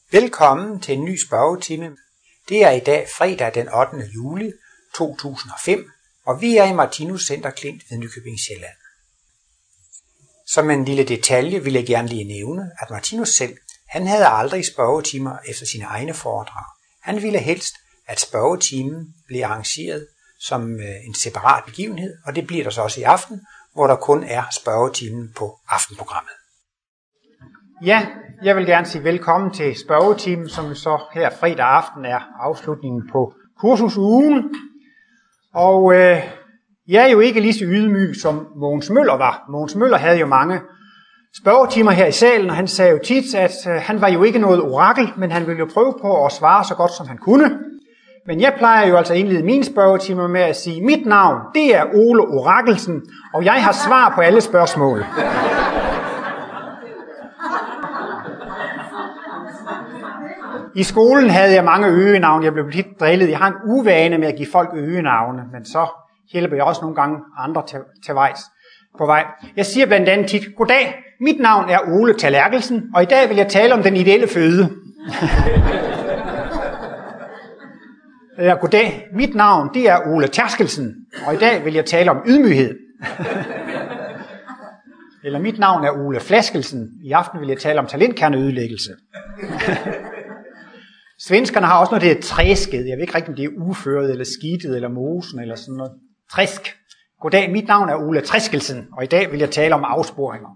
Velkommen til en ny spørgetime. Det er i dag fredag den 8. juli 2005, og vi er i Martinus Center Klint ved Nykøbing Sjælland. Som en lille detalje vil jeg gerne lige nævne, at Martinus selv, han havde aldrig spørgetimer efter sine egne foredrag. Han ville helst, at spørgetimen blev arrangeret som en separat begivenhed, og det bliver der så også i aften, hvor der kun er spørgetimen på aftenprogrammet. Ja, jeg vil gerne sige velkommen til spørgetimen, som så her fredag aften er afslutningen på kursusugen. Og jeg er jo ikke lige så ydmyg som Mogens Møller var. Mogens Møller havde jo mange spørgetimer her i salen, og han sagde jo tit, at han var jo ikke noget orakel, men han ville jo prøve på at svare så godt som han kunne. Men jeg plejer jo altså at indlede mine spørgetimer med at sige, mit navn, det er Ole Orakelsen, og jeg har svar på alle spørgsmål. I skolen havde jeg mange øgenavne, jeg blev tit drillet. Jeg har en uvane med at give folk øgenavne, men så hjælper jeg også nogle gange andre på vej. Jeg siger blandt andet tit, goddag, mit navn er Ole Tallerkelsen, og i dag vil jeg tale om den ideelle føde. Eller goddag, mit navn det er Ole Terskelsen, og i dag vil jeg tale om ydmyghed. Eller mit navn er Ole Flaskelsen, i aften vil jeg tale om talentkerneødelæggelse. Svenskerne har også noget, der hedder træsked. Jeg ved ikke rigtig, om det er uføret, eller skidtet, eller mosen, eller sådan noget. Træsk. Goddag, mit navn er Ole Træskelsen, og i dag vil jeg tale om afsporinger.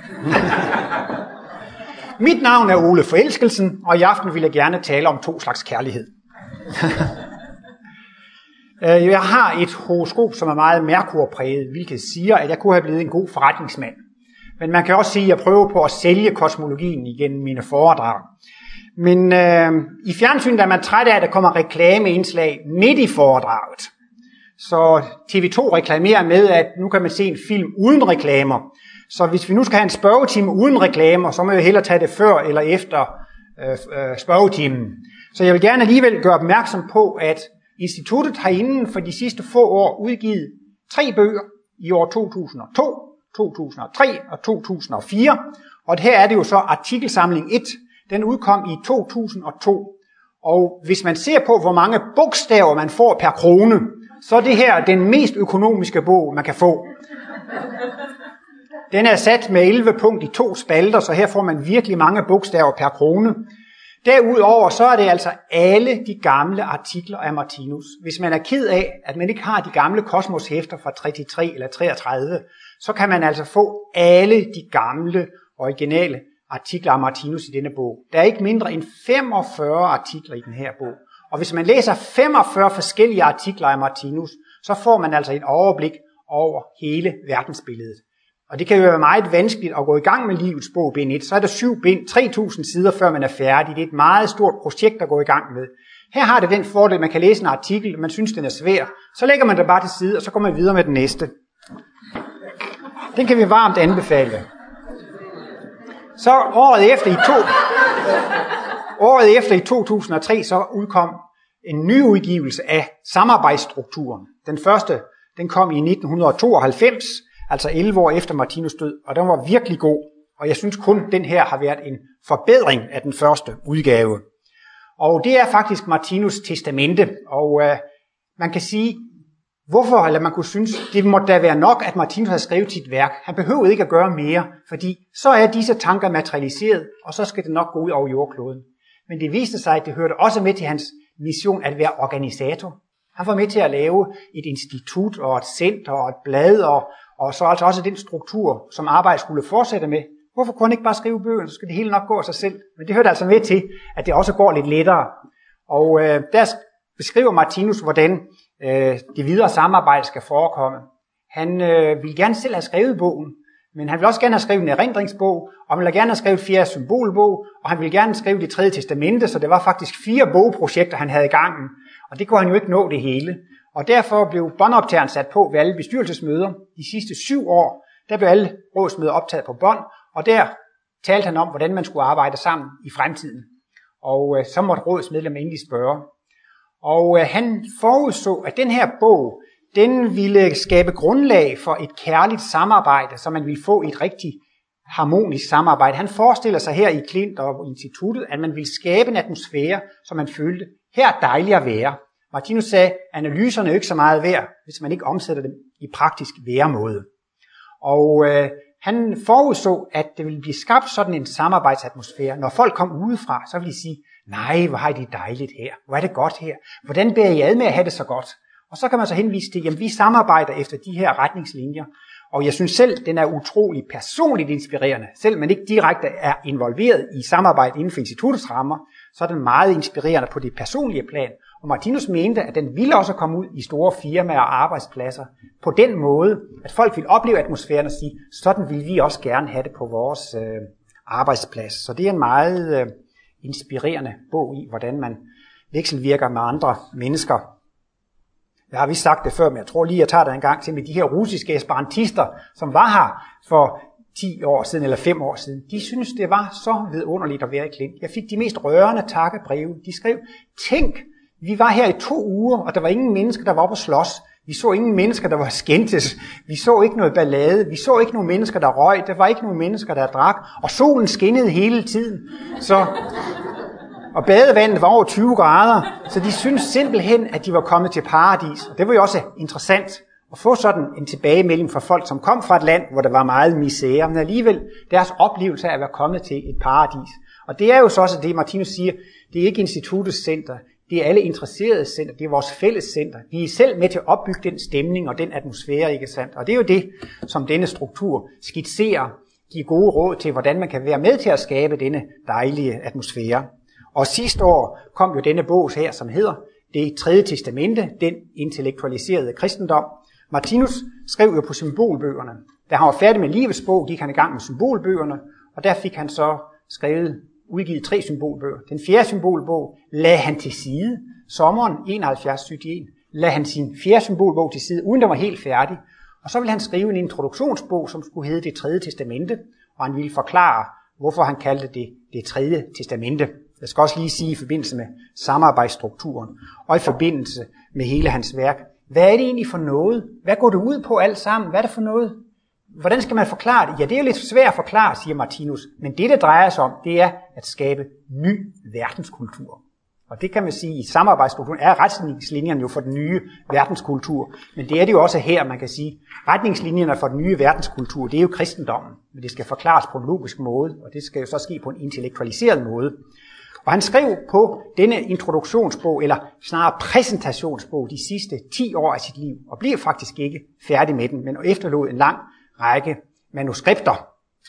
Mit navn er Ole Forelskelsen, og i aften vil jeg gerne tale om 2 slags kærlighed. Jeg har et horoskop, som er meget merkurpræget, hvilket siger, at jeg kunne have blevet en god forretningsmand. Men man kan også sige, at jeg prøver på at sælge kosmologien igennem mine foredrag. Men i fjernsynet er man træt af, at der kommer reklameindslag midt i foredraget. Så TV2 reklamerer med, at nu kan man se en film uden reklamer. Så hvis vi nu skal have en spørgetime uden reklamer, så må jeg hellere tage det før eller efter spørgetimen. Så jeg vil gerne alligevel gøre opmærksom på, at instituttet har inden for de sidste få år udgivet 3 bøger i år 2002, 2003 og 2004. Og her er det jo så artikelsamling 1. Den udkom i 2002, og hvis man ser på, hvor mange bogstaver man får per krone, så er det her den mest økonomiske bog, man kan få. Den er sat med 11 punkt i 2 spalter, så her får man virkelig mange bogstaver per krone. Derudover så er det altså alle de gamle artikler af Martinus. Hvis man er ked af, at man ikke har de gamle kosmoshæfter fra 33 eller 33, så kan man altså få alle de gamle originale artikler af Martinus i denne bog. Der er ikke mindre end 45 artikler i den her bog. Og hvis man læser 45 forskellige artikler af Martinus, så får man altså et overblik over hele verdensbilledet. Og det kan jo være meget vanskeligt at gå i gang med livets bog, bind 1. Så er der 7 bind, 3000 sider, før man er færdig. Det er et meget stort projekt at gå i gang med. Her har det den fordel, at man kan læse en artikel, man synes, den er svær. Så lægger man det bare til side, og så går man videre med den næste. Den kan vi varmt anbefale. Så året efter i 2003, så udkom en ny udgivelse af samarbejdsstrukturen. Den første, den kom i 1992, altså 11 år efter Martinus død, og den var virkelig god. Og jeg synes kun, den her har været en forbedring af den første udgave. Og det er faktisk Martinus testamente, og man kan sige, hvorfor, eller man kunne synes, det må da være nok, at Martinus har skrevet sit værk. Han behøvede ikke at gøre mere, fordi så er disse tanker materialiseret, og så skal det nok gå ud over jordkloden. Men det viste sig, at det hørte også med til hans mission at være organisator. Han var med til at lave et institut og et center og et blad, og så altså også den struktur, som arbejdet skulle fortsætte med. Hvorfor kunne han ikke bare skrive bøger, så skal det hele nok gå af sig selv? Men det hørte altså med til, at det også går lidt lettere. Og der beskriver Martinus, hvordan det videre samarbejde skal forekomme. Han ville gerne selv have skrevet bogen, men han ville også gerne have skrevet en erindringsbog, og han ville gerne have skrevet 4 symbolbog, og han ville gerne skrive det 3. testamente, så det var faktisk 4 bogprojekter, han havde i gangen. Og det kunne han jo ikke nå det hele. Og derfor blev båndoptageren sat på ved alle bestyrelsesmøder. De sidste 7 år, der blev alle rådsmøder optaget på bånd, og der talte han om, hvordan man skulle arbejde sammen i fremtiden. Og så måtte rådsmedlemmer endelig spørge. Og han forudså, at den her bog, den ville skabe grundlag for et kærligt samarbejde, så man ville få et rigtig harmonisk samarbejde. Han forestiller sig her i Klint og instituttet, at man vil skabe en atmosfære, som man følte, her er dejligt at være. Martinus sagde, at analyserne er jo ikke så meget værd, hvis man ikke omsætter dem i praktisk væremåde. Og han forudså, at det ville blive skabt sådan en samarbejdsatmosfære. Når folk kom udefra, så ville de sige, nej, hvor har I det dejligt her, hvor er det godt her, hvordan bærer I ad med at have det så godt? Og så kan man så henvise til, at vi samarbejder efter de her retningslinjer. Og jeg synes selv, den er utrolig personligt inspirerende. Selvom man ikke direkte er involveret i samarbejde inden for instituttets rammer, så er den meget inspirerende på det personlige plan. Og Martinus mente, at den ville også komme ud i store firmaer og arbejdspladser på den måde, at folk ville opleve atmosfæren og sige, sådan vil vi også gerne have det på vores arbejdsplads. Så det er en meget inspirerende bog i, hvordan man vekselvirker med andre mennesker. Jeg har vist sagt det før, men jeg tror lige, jeg tager det en gang til med de her russiske esperantister, som var her for 10 år siden eller 5 år siden. De synes, det var så vidunderligt at være i Klint. Jeg fik de mest rørende takkebreve. De skrev, tænk, vi var her i 2 uger, og der var ingen mennesker, der var oppe at slås. Vi så ingen mennesker, der var skændtes. Vi så ikke noget ballade. Vi så ikke nogen mennesker, der røg. Der var ikke nogen mennesker, der drak. Og solen skinnede hele tiden. Og badevandet var over 20 grader. Så de syntes simpelthen, at de var kommet til paradis. Og det var jo også interessant at få sådan en tilbagemelding fra folk, som kom fra et land, hvor der var meget misære. Men alligevel deres oplevelse af at være kommet til et paradis. Og det er jo så også det, Martinus siger. Det er ikke instituttets center. Det er alle interesserede center, det er vores fælles center. Vi er selv med til at opbygge den stemning og den atmosfære, ikke sandt? Og det er jo det, som denne struktur skitserer, giver gode råd til, hvordan man kan være med til at skabe denne dejlige atmosfære. Og sidste år kom jo denne bog her, som hedder Det 3. testamente, den intellektualiserede kristendom. Martinus skrev jo på symbolbøgerne. Da han var færdig med livets bog, gik han i gang med symbolbøgerne, og der fik han så udgivet 3 symbolbøger. Den 4. symbolbog lagde han til side sommeren 71-71. Lagde han sin 4. symbolbog til side, uden den var helt færdig. Og så ville han skrive en introduktionsbog, som skulle hedde Det 3. testamente, og han ville forklare, hvorfor han kaldte det Det 3. testamente. Jeg skal også lige sige i forbindelse med samarbejdsstrukturen, og i forbindelse med hele hans værk. Hvad er det egentlig for noget? Hvad går det ud på alt sammen? Hvad er det for noget? Hvordan skal man forklare det? Ja, det er jo lidt svært at forklare, siger Martinus. Men det drejer sig om, det er at skabe ny verdenskultur. Og det kan man sige, i samarbejdsstrukturen er retningslinjerne jo for den nye verdenskultur. Men det er det jo også her, man kan sige. Retningslinjerne for den nye verdenskultur, det er jo kristendommen. Men det skal forklares på en logisk måde, og det skal jo så ske på en intellektualiseret måde. Og han skrev på denne introduktionsbog, eller snarere præsentationsbog, de sidste 10 år af sit liv, og blev faktisk ikke færdig med den, men efterlod en lang række manuskripter.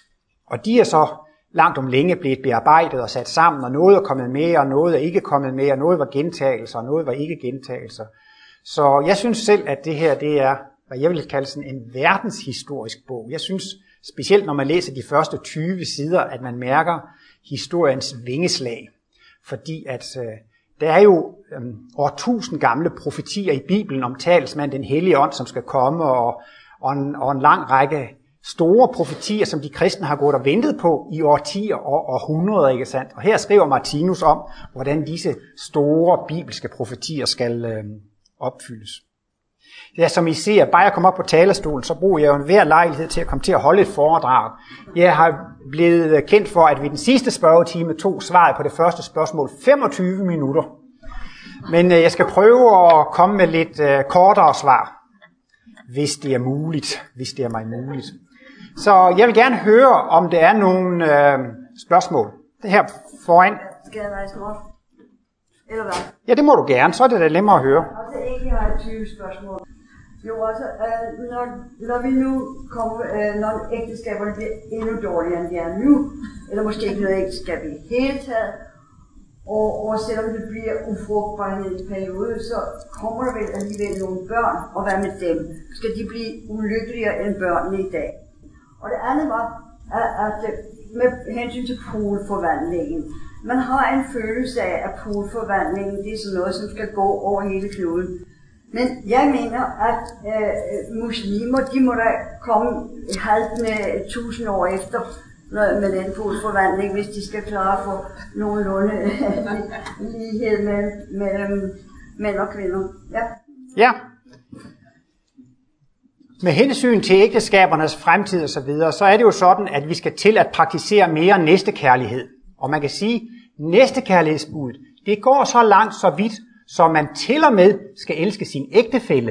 Og de er så langt om længe blevet bearbejdet og sat sammen, og noget er kommet med, og noget er ikke kommet med, og noget var gentagelser, og noget var ikke gentagelser. Så jeg synes selv, at det her, det er, hvad jeg vil kalde sådan en verdenshistorisk bog. Jeg synes specielt, når man læser de første 20 sider, at man mærker historiens vingeslag. Fordi at der er jo årtusind gamle profetier i Bibelen om talsmand, den hellige ånd, som skal komme, og en lang række store profetier, som de kristne har gået og ventet på i årtier og århundreder, ikke sandt? Og her skriver Martinus om, hvordan disse store bibelske profetier skal opfyldes. Ja, som I ser, bare jeg kommer op på talerstolen, så bruger jeg jo enhver lejlighed til at komme til at holde et foredrag. Jeg har blevet kendt for, at ved den sidste spørgetime tog svaret på det første spørgsmål 25 minutter. Men jeg skal prøve at komme med lidt kortere svar, hvis det er muligt, hvis det er mig muligt. Så jeg vil gerne høre, om der er nogle spørgsmål. Det her foran. Skal jeg rejse mig op? Eller hvad? Ja, det må du gerne. Så er det da nemmere at høre. Altså egentlig har jeg 20 spørgsmål. Jo, altså, når vi nu kommer, når ægteskaberne bliver endnu dårligere, end de er nu, eller måske ikke noget ægteskab i hele taget, og selvom det bliver ufrugtbarhedsperiode, så kommer der vel alligevel nogle børn, og hvad med dem? Skal de blive ulykkeligere end børnene i dag? Og det andet var, at med hensyn til polforvandlingen, man har en følelse af, at polforvandlingen, det er sådan noget, som skal gå over hele kloden. Men jeg mener, at muslimer, de må da komme halvdende 1000 år efter med den polforvandling, hvis de skal klare for nogenlunde lighed mellem mænd og kvinder. Ja. Ja. Med hensyn til ægteskabernes fremtid og så videre, så er det jo sådan, at vi skal til at praktisere mere næstekærlighed. Og man kan sige, næstekærlighedsbuddet, det går så langt, så vidt, så man til og med skal elske sin ægtefælle.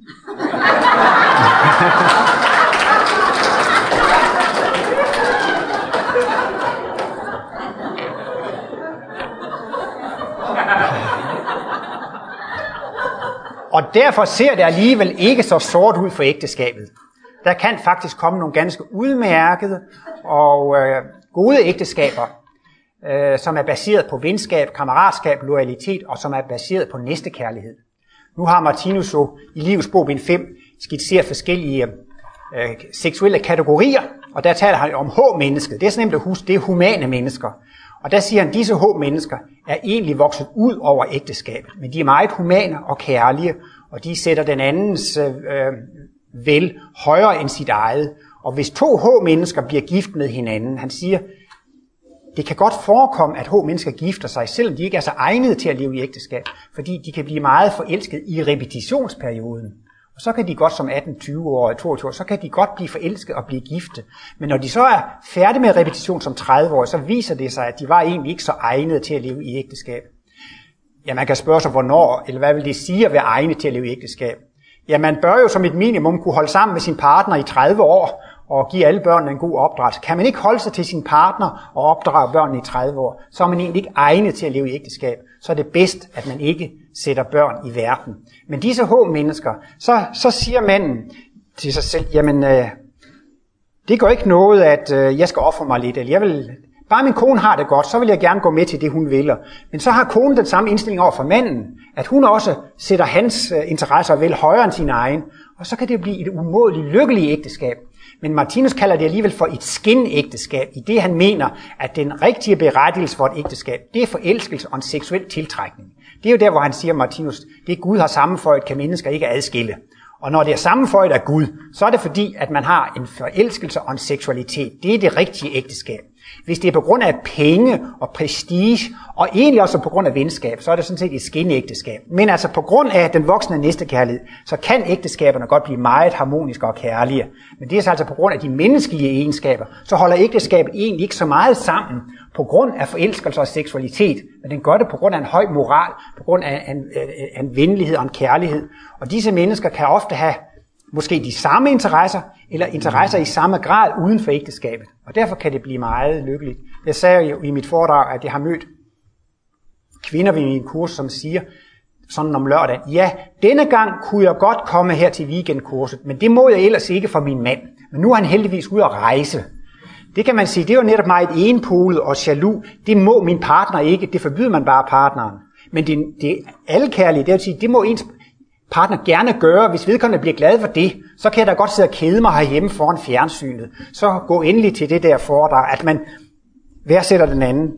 Og derfor ser det alligevel ikke så sort ud for ægteskabet. Der kan faktisk komme nogle ganske udmærkede og gode ægteskaber, som er baseret på venskab, kammeratskab, loyalitet, og som er baseret på næstekærlighed. Nu har Martinus jo i Livets bog bind 5 skitseret forskellige seksuelle kategorier, og der taler han om H-mennesket. Det er så nemt at huske, det er humane mennesker. Og der siger han, at disse H-mennesker er egentlig vokset ud over ægteskabet, men de er meget humane og kærlige, og de sætter den andens vel højere end sit eget. Og hvis to H-mennesker bliver gift med hinanden, han siger, det kan godt forekomme, at H-mennesker gifter sig, selvom de ikke er så egnede til at leve i ægteskab, fordi de kan blive meget forelsket i repetitionsperioden. Og så kan de godt som 18, 20 år, 22 år, så kan de godt blive forelsket og blive gifte. Men når de så er færdige med repetition som 30 år, så viser det sig, at de var egentlig ikke så egnede til at leve i ægteskab. Ja, man kan spørge sig, hvornår, eller hvad vil det sige at være egnet til at leve i ægteskab? Ja, man bør jo som et minimum kunne holde sammen med sin partner i 30 år, og give alle børnene en god opdragelse. Kan man ikke holde sig til sin partner og opdrage børnene i 30 år, så er man egentlig ikke egnet til at leve i ægteskab. Så er det bedst, at man ikke sætter børn i verden. Men disse H-mennesker, så siger manden til sig selv, jamen, det går ikke noget, at jeg skal ofre mig lidt, eller jeg vil, bare min kone har det godt, så vil jeg gerne gå med til det, hun vil. Men så har konen den samme indstilling over for manden, at hun også sætter hans interesser vel højere end sin egen, og så kan det blive et umådeligt lykkeligt ægteskab. Men Martinus kalder det alligevel for et skinægteskab, i det han mener, at den rigtige berettigelse for et ægteskab, det er forelskelse og en seksuel tiltrækning. Det er jo der, hvor han siger, Martinus, det Gud har sammenføjet, kan mennesker ikke adskille. Og når det er sammenføjet af Gud, så er det fordi, at man har en forelskelse og en seksualitet. Det er det rigtige ægteskab. Hvis det er på grund af penge og prestige, og egentlig også på grund af venskab, så er det sådan set et skinægteskab. Men altså på grund af den voksne næstekærlighed, så kan ægteskaberne godt blive meget harmoniske og kærlige. Men det er så altså på grund af de menneskelige egenskaber, så holder ægteskabet egentlig ikke så meget sammen på grund af forelskelse og seksualitet, men den gør det på grund af en høj moral, på grund af en venlighed og en kærlighed. Og disse mennesker kan ofte have måske de samme interesser, eller interesser i samme grad uden for ægteskabet. Og derfor kan det blive meget lykkeligt. Jeg sagde jo i mit foredrag, at jeg har mødt kvinder ved min kurs, som siger sådan om lørdagen, ja, denne gang kunne jeg godt komme her til weekendkurset, men det må jeg ellers ikke for min mand. Men nu er han heldigvis ude at rejse. Det kan man sige, det er jo netop meget enpolet og jaloux. Det må min partner ikke, det forbyder man bare partneren. Men det alkærlige, det er at sige, det må ens partner gerne gøre. Hvis vedkommende bliver glad for det, så kan jeg da godt sidde og kede mig herhjemme foran fjernsynet. Så gå endelig til det der foredrag, at man værdsætter den anden.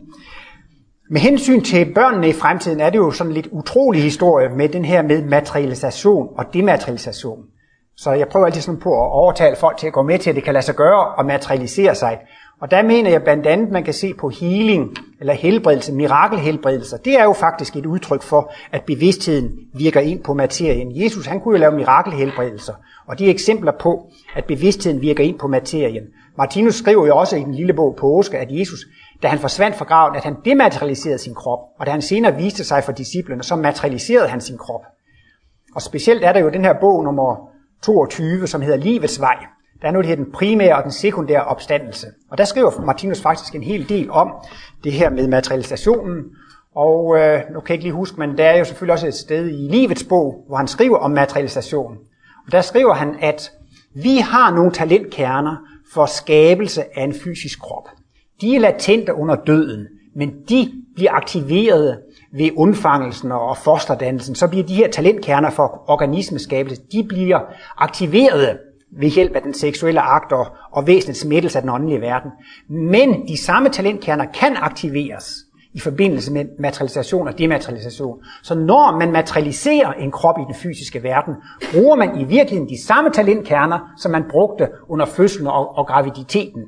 Med hensyn til børnene i fremtiden er det jo sådan lidt utrolig historie med den her med materialisation og dematerialisation. Så jeg prøver altid sådan på at overtale folk til at gå med til, at det kan lade sig gøre og materialisere sig. Og der mener jeg blandt andet, man kan se på healing eller helbredelse, mirakelhelbredelser. Det er jo faktisk et udtryk for, at bevidstheden virker ind på materien. Jesus, han kunne jo lave mirakelhelbredelser, og de er eksempler på, at bevidstheden virker ind på materien. Martinus skriver jo også i den lille bog Påske, at Jesus, da han forsvandt fra graven, at han dematerialiserede sin krop, og da han senere viste sig for disciplene, så materialiserede han sin krop. Og specielt er der jo den her bog nummer 22, som hedder Livets vej. Der er nu det her den primære og den sekundære opstandelse. Og der skriver Martinus faktisk en hel del om det her med materialisationen. Og nu kan jeg ikke lige huske, men der er jo selvfølgelig også et sted i Livets bog, hvor han skriver om materialisation. Og der skriver han, at vi har nogle talentkerner for skabelse af en fysisk krop. De er latente under døden, men de bliver aktiveret ved undfangelsen og fosterdannelsen. Så bliver de her talentkerner for organismeskabelse, de bliver aktiveret ved hjælp af den seksuelle akt og væsenets smittelse af den åndelige verden. Men de samme talentkerner kan aktiveres i forbindelse med materialisation og dematerialisation. Så når man materialiserer en krop i den fysiske verden, bruger man i virkeligheden de samme talentkerner, som man brugte under fødslen og graviditeten.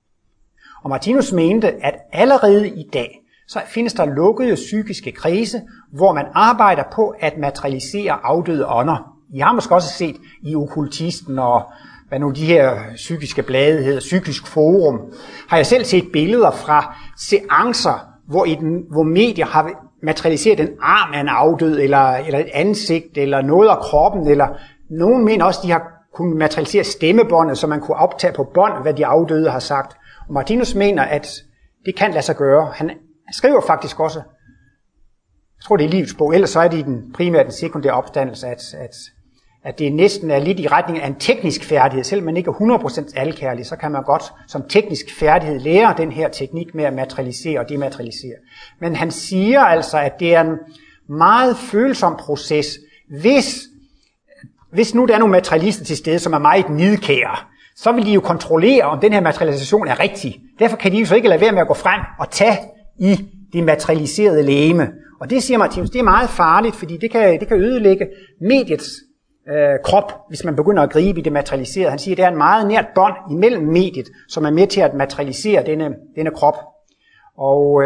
Og Martinus mente, at allerede i dag, så findes der lukkede psykiske kredse, hvor man arbejder på at materialisere afdøde ånder I har måske også set i Okkultisten og hvad nu de her psykiske blade hedder, Psykisk Forum, har jeg selv set billeder fra seancer, hvor medier har materialiseret en arm af en afdød, eller et ansigt, eller noget af kroppen, eller nogen mener også, de har kunnet materialisere stemmebåndet, så man kunne optage på bånd, hvad de afdøde har sagt. Og Martinus mener, at det kan lade sig gøre. Han skriver faktisk også, jeg tror det er livets bog, ellers så er det i den primære, den sekundære opstandelse, at det næsten er lidt i retning af en teknisk færdighed. Selvom man ikke er 100% alkærlig, så kan man godt som teknisk færdighed lære den her teknik med at materialisere og dematerialisere. Men han siger altså, at det er en meget følsom proces, hvis nu der er nogle materialister til stede, som er meget nidkære, så vil de jo kontrollere, om den her materialisation er rigtig. Derfor kan de jo så ikke lade være med at gå frem og tage i det materialiserede legeme. Og det siger Martinus, det er meget farligt, fordi det kan ødelægge mediets krop, hvis man begynder at gribe i det materialiserede. Han siger, at det er en meget nært bånd imellem mediet, som er med til at materialisere denne krop. Og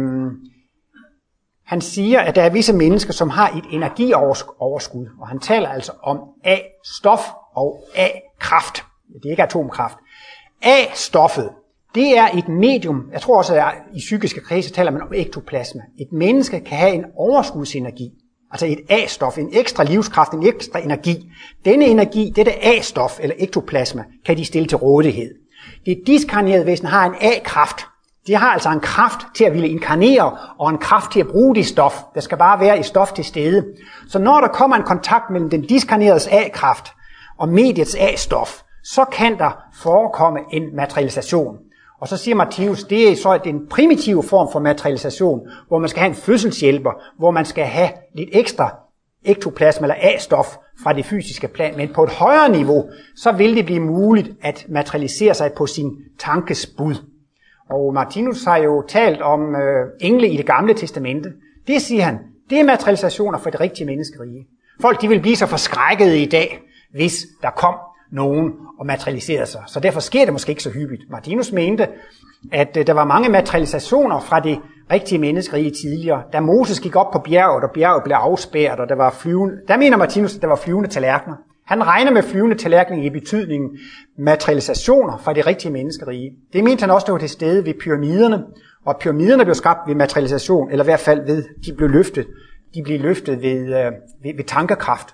han siger, at der er visse mennesker, som har et energioverskud, og han taler altså om A-stof og A-kraft. Det er ikke atomkraft. A-stoffet, det er et medium, jeg tror også, at i psykiske kredse taler man om ektoplasma. Et menneske kan have en overskudsenergi, altså et A-stof, en ekstra livskraft, en ekstra energi. Denne energi, dette A-stof eller ektoplasma, kan de stille til rådighed. Det diskarnerede væsen har en A-kraft. Det har altså en kraft til at ville inkarnere, og en kraft til at bruge det stof. Der skal bare være et stof til stede. Så når der kommer en kontakt mellem den diskarneredes A-kraft og mediets A-stof, så kan der forekomme en materialisation. Og så siger Martinus, det er så den primitive form for materialisation, hvor man skal have en fødselshjælper, hvor man skal have lidt ekstra ektoplasma eller A-stof fra det fysiske plan. Men på et højere niveau, så vil det blive muligt at materialisere sig på sin tankes bud. Og Martinus har jo talt om engle i det gamle testamente. Det siger han, det er materialisationer for det rigtige menneskerige. Folk de vil blive så forskrækkede i dag, hvis der kom nogen og materialiserede sig. Så derfor sker det måske ikke så hyppigt. Martinus mente, at der var mange materialisationer fra det rigtige menneskerige tidligere. Da Moses gik op på bjerget, og bjerget blev afspærret, og der mener Martinus, at der var flyvende tallerkener. Han regner med flyvende tallerkener i betydningen materialisationer fra det rigtige menneskerige. Det mente han også, der var til stede ved pyramiderne, og pyramiderne blev skabt ved materialisation, eller i hvert fald ved, de blev løftet ved tankekraft.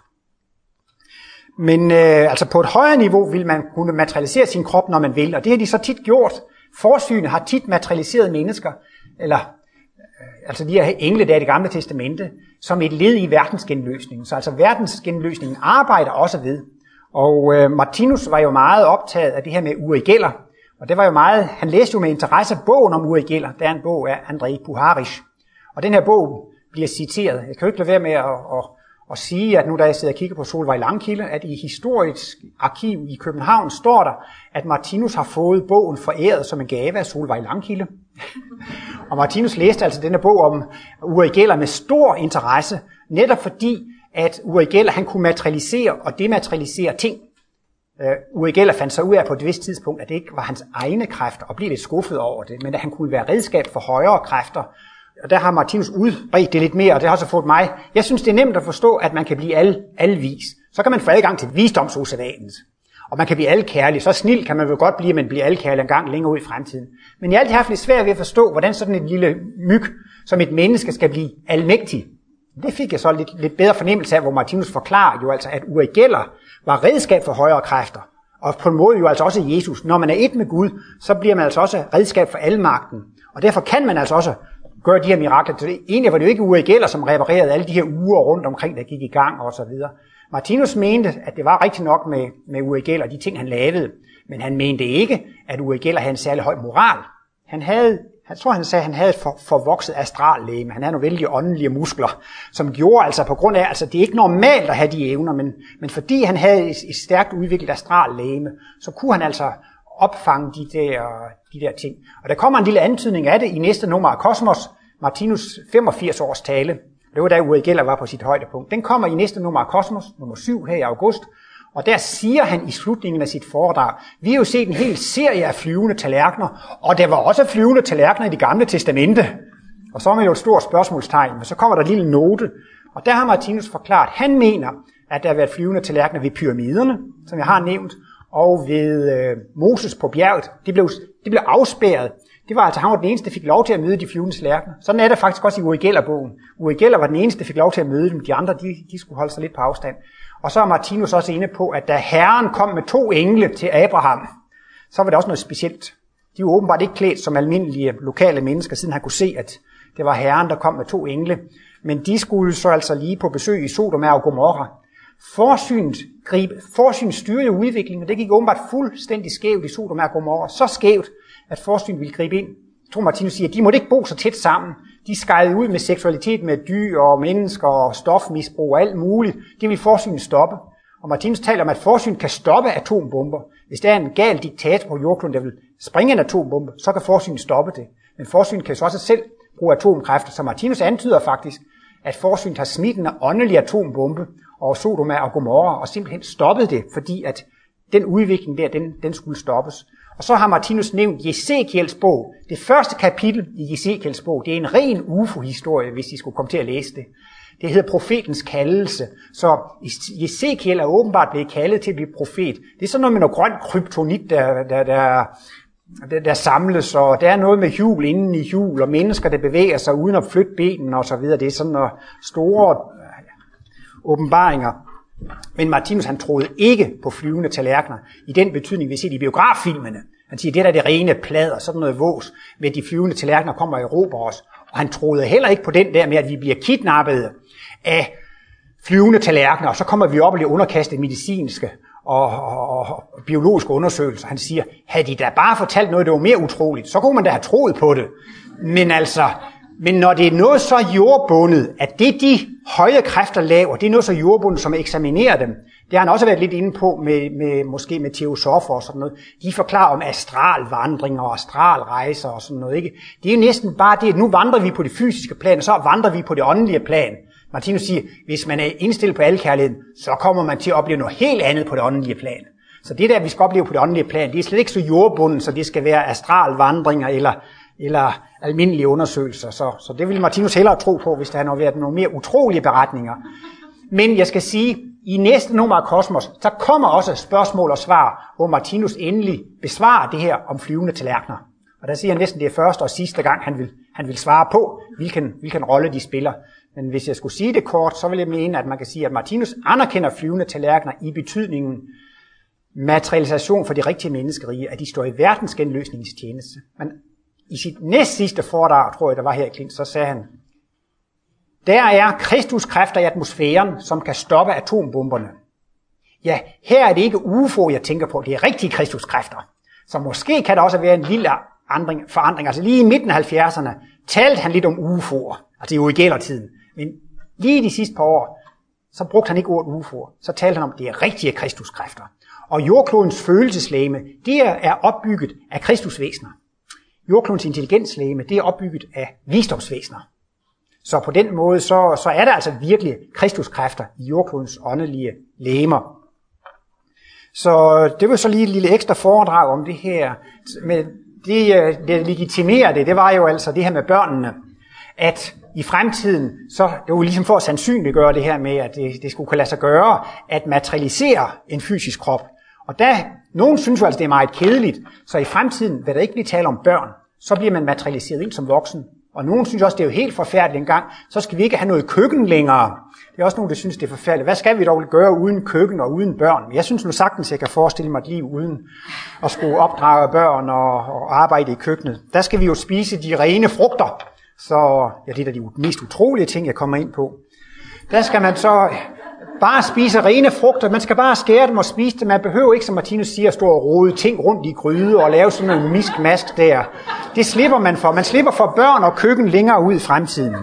Men altså på et højere niveau vil man kunne materialisere sin krop, når man vil, og det har de så tit gjort. Forsynet har tit materialiseret mennesker, eller altså de her engle der i det gamle testamente, som et led i verdensgenløsningen. Så altså verdensgenløsningen arbejder også ved. Og Martinus var jo meget optaget af det her med Uri Geller, og det var jo meget, han læste jo med interesse bogen om Uri Geller. Der er en bog af Andrej Puharich, og den her bog bliver citeret. Jeg kan jo ikke lade være med at sige, at nu da jeg sidder og kigger på Solvej Langkilde, at i Historisk Arkiv i København står der, at Martinus har fået bogen foræret som en gave af Solvej Langkilde. Og Martinus læste altså denne bog om Uri Geller med stor interesse, netop fordi, at Uri Geller han kunne materialisere og dematerialisere ting. Uri Geller fandt sig ud af på et vist tidspunkt, at det ikke var hans egne kræfter, og blev lidt skuffet over det, men at han kunne være redskab for højere kræfter. Og der har Martinus udbredt det lidt mere, og det har så fået mig. Jeg synes, det er nemt at forstå, at man kan blive alvis. Så kan man få adgang til visdomsosædvanens. Og man kan blive alkærlig. Så snil kan man vel godt blive, at man bliver alkærlig en gang længere ud i fremtiden. Men jeg har altid haft lidt svært ved at forstå, hvordan sådan en lille myg, som et menneske skal blive almægtig. Det fik jeg så lidt bedre fornemmelse af, hvor Martinus forklarer jo altså, at Uri Geller var redskab for højere kræfter. Og på en måde jo altså også Jesus. Når man er et med Gud, så bliver man altså også redskab for almagten. Og derfor kan man altså også gøre de her mirakler. Så egentlig var det jo ikke Uri Geller, som reparerede alle de her uger rundt omkring, der gik i gang og så videre. Martinus mente, at det var rigtig nok med Uri Geller og de ting, han lavede. Men han mente ikke, at Uri Geller havde en særlig høj moral. Jeg tror, han sagde, at han havde et forvokset astrallegeme. Han havde nogle vældige åndelige muskler, som gjorde altså på grund af, altså det er ikke normalt at have de evner, men fordi han havde et stærkt udviklet astrallegeme, så kunne han altså opfange de der ting. Og der kommer en lille antydning af det i næste nummer af Kosmos, Martinus 85 års tale. Det var da Uri Geller var på sit højdepunkt. Den kommer i næste nummer af Kosmos, nummer 7 her i august. Og der siger han i slutningen af sit foredrag, vi har jo set en hel serie af flyvende tallerkener, og der var også flyvende tallerkener i Det Gamle Testamente. Og så er man jo et stort spørgsmålstegn, men så kommer der en lille note, og der har Martinus forklaret, han mener, at der har været flyvende tallerkener ved pyramiderne, som jeg har nævnt, og ved Moses på bjerget. Det blev afspærret. Det var altså, han var den eneste, der fik lov til at møde de flyvende tallerkener. Sådan er det faktisk også i Uri Geller-bogen. Uri Geller var den eneste, der fik lov til at møde dem. De andre, de skulle holde sig lidt på afstand. Og så er Martinus også inde på, at da Herren kom med 2 engle til Abraham, så var det også noget specielt. De var åbenbart ikke klædt som almindelige lokale mennesker, siden han kunne se, at det var Herren, der kom med 2 engle. Men de skulle så altså lige på besøg i Sodom og Gomorra. Forsynet styrede udviklingen, og det gik åbenbart fuldstændig skævt i Sodom og Gomorra. Så skævt, at forsynet ville gribe ind. Jeg tror, Martinus siger, at de måtte ikke bo så tæt sammen. De skejede ud med seksualitet med dyr og mennesker og stofmisbrug og alt muligt. Det ville forsynet stoppe. Og Martinus taler om, at forsynet kan stoppe atombomber. Hvis der er en gal diktator på jordkloden, der vil springe en atombombe, så kan forsynet stoppe det. Men forsynet kan så også selv bruge atomkræfter. Så Martinus antyder faktisk, at forsynet har smidt en åndelig atombombe over Sodom og Gomorra og simpelthen stoppet det, fordi at den udvikling der, den skulle stoppes. Og så har Martinus nævnt Jesekiels bog. Det første kapitel i Jesekiels bog, det er en ren UFO-historie, hvis I skulle komme til at læse det. Det hedder profetens kaldelse. Så Jesekiel er åbenbart blevet kaldet til at blive profet. Det er sådan noget med noget grønt kryptonit, der samles, og der er noget med hjul inden i hjul, og mennesker, der bevæger sig uden at flytte benene og så videre. Det er sådan nogle store åbenbaringer. Men Martinus, han troede ikke på flyvende tallerkener i den betydning, vi ser i biograffilmene. Han siger, det der er det rene plader, sådan noget vås, med de flyvende tallerkener kommer i Europa os. Og han troede heller ikke på den der med, at vi bliver kidnappet af flyvende tallerkener, og så kommer vi op og bliver underkastet medicinske og biologiske undersøgelser. Han siger, havde de da bare fortalt noget, der var mere utroligt, så kunne man da have troet på det. Men når det er noget så jordbundet, at det de høje kræfter laver, det er noget så jordbundet, som eksaminerer dem. Det har han også været lidt inde på, måske med teosoffer og sådan noget. De forklarer om astralvandringer og astralrejser og sådan noget, ikke? Det er jo næsten bare det, at nu vandrer vi på det fysiske plan, og så vandrer vi på det åndelige plan. Martinus siger, hvis man er indstillet på alkærligheden, så kommer man til at opleve noget helt andet på det åndelige plan. Så det der, vi skal opleve på det åndelige plan, det er slet ikke så jordbundet, så det skal være astralvandringer eller almindelige undersøgelser. Så det vil Martinus hellere tro på, hvis der har været nogle mere utrolige beretninger. Men jeg skal sige, i næste nummer af Kosmos, så kommer også spørgsmål og svar, hvor Martinus endelig besvarer det her om flyvende tallerkener. Og der siger han næsten, det er første og sidste gang, han vil svare på, hvilken rolle de spiller. Men hvis jeg skulle sige det kort, så vil jeg mene, at man kan sige, at Martinus anerkender flyvende tallerkener i betydningen materialisation for de rigtige menneskerige, at de står i verdensgenløsningens tjeneste. Men i sit næst sidste foredrag, tror jeg, der var her i Klint, så sagde han, der er kristuskræfter i atmosfæren, som kan stoppe atombomberne. Ja, her er det ikke UFO, jeg tænker på, det er rigtige kristuskræfter. Så måske kan der også være en lille forandring. Altså lige i midten af 70'erne talte han lidt om UFO'er, altså i Uri Geller-tiden. Men lige de sidste par år, så brugte han ikke ordet UFO'er. Så talte han om, det er rigtige kristuskræfter. Og jordklodens følelseslegeme, det er opbygget af kristusvæsener. Jordklodens intelligenslegeme, det er opbygget af visdomsvæsener. Så på den måde, så er der altså virkelig kristuskræfter i jordklodens åndelige legemer. Så det var så lige et lille ekstra foredrag om det her. Men det legitimerer det var jo altså det her med børnene. At i fremtiden, så det var ligesom for at sandsynliggøre det her med, at det skulle kunne lade sig gøre, at materialisere en fysisk krop. Og nogen synes jo altså, det er meget kedeligt, så i fremtiden vil der ikke blive tale om børn, så bliver man materialiseret ind som voksen. Og nogen synes også, det er jo helt forfærdeligt engang, så skal vi ikke have noget køkken længere. Det er også nogen, der synes, det er forfærdeligt. Hvad skal vi dog gøre uden køkken og uden børn? Jeg synes nu sagtens, jeg kan forestille mig et liv uden at skulle opdrage børn og arbejde i køkkenet. Der skal vi jo spise de rene frugter. Så ja, det er de mest utrolige ting, jeg kommer ind på. Der skal man så bare spise rene frugter. Man skal bare skære dem og spise dem. Man behøver ikke, som Martinus siger, at stå og rode ting rundt i gryde og lave sådan en miskmask der. Det slipper man for. Man slipper for børn og køkken længere ud i fremtiden.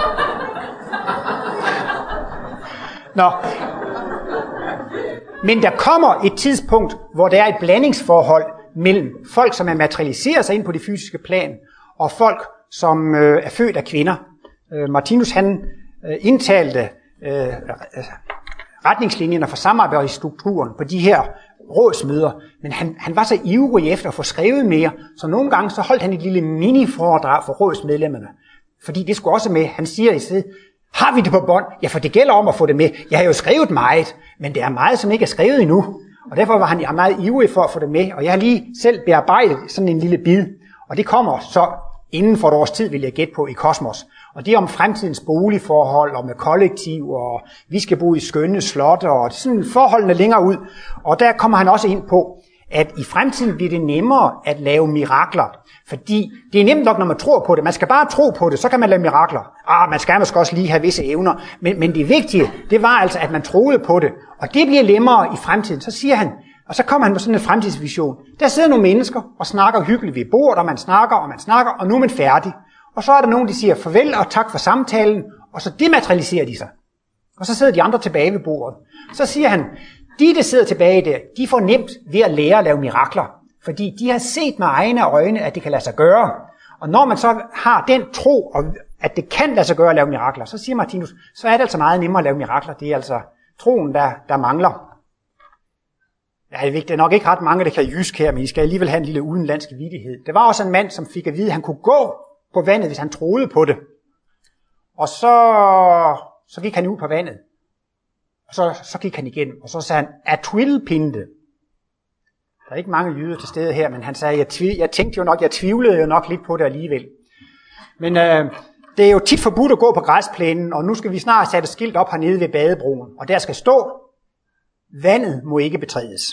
Nå. Men der kommer et tidspunkt, hvor der er et blandingsforhold mellem folk, som er materialiseret sig ind på det fysiske plan, og folk, som er født af kvinder. Martinus, han indtalte retningslinjerne for samarbejdsstrukturen på de her rådsmøder, men han var så ivrig efter at få skrevet mere, så nogle gange så holdt han et lille mini-foredrag for rådsmedlemmerne, fordi det skulle også med, han siger i stedet, Har vi det på bånd? Ja, for det gælder om at få det med. Jeg har jo skrevet meget, men det er meget, som ikke er skrevet endnu. Og derfor var han meget ivrig for at få det med. Og jeg har lige selv bearbejdet sådan en lille bid. Og det kommer så inden for et års tid, vil jeg gætte på, i Kosmos. Og det er om fremtidens boligforhold, og med kollektiv, og vi skal bo i skønne slotte, og sådan forholdene længere ud. Og der kommer han også ind på, at i fremtiden bliver det nemmere at lave mirakler. Fordi det er nemt nok, når man tror på det. Man skal bare tro på det, så kan man lave mirakler. Man skal måske også lige have visse evner. Men det vigtige, det var altså, at man troede på det. Og det bliver nemmere i fremtiden. Så siger han, og så kommer han med sådan en fremtidsvision. Der sidder nogle mennesker og snakker hyggeligt ved bordet, og man snakker, og nu er man færdig. Og så er der nogen, der siger farvel og tak for samtalen, og så dematerialiserer de sig. Og så sidder de andre tilbage ved bordet. Så siger han, de der sidder tilbage der, de får nemt ved at lære at lave mirakler. Fordi de har set med egne øjne, at det kan lade sig gøre. Og når man så har den tro, og at det kan lade sig gøre at lave mirakler, så siger Martinus, så er det altså meget nemmere at lave mirakler. Det er altså troen, der mangler. Ja, det er nok ikke ret mange, der kan jysk her, men I skal alligevel have en lille udenlandsk vittighed. Der var også en mand, som fik at vide, at han kunne gå på vandet, hvis han troede på det. Og så gik han ud på vandet. Og så gik han igennem, og så sagde han, atwilpinde. Der er ikke mange jyder til stede her, men han sagde, jeg tvivlede jo nok lidt på det alligevel. Men det er jo tit forbudt at gå på græsplænen, og nu skal vi snart sætte skilt op hernede ved badebroen. Og der skal stå, vandet må ikke betrædes.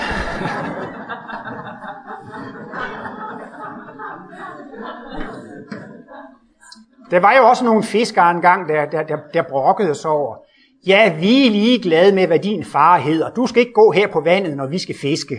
Der var jo også nogle fiskere engang, der brokkede sig over. Ja, vi er lige glade med, hvad din far hedder. Du skal ikke gå her på vandet, når vi skal fiske.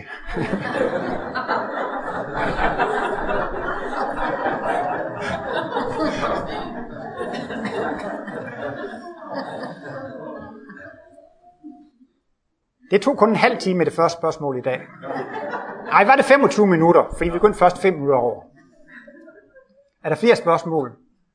Det tog kun en halv time med det første spørgsmål i dag. Nej, var det 25 minutter, fordi vi kun først 5 minutter over. Er der flere spørgsmål?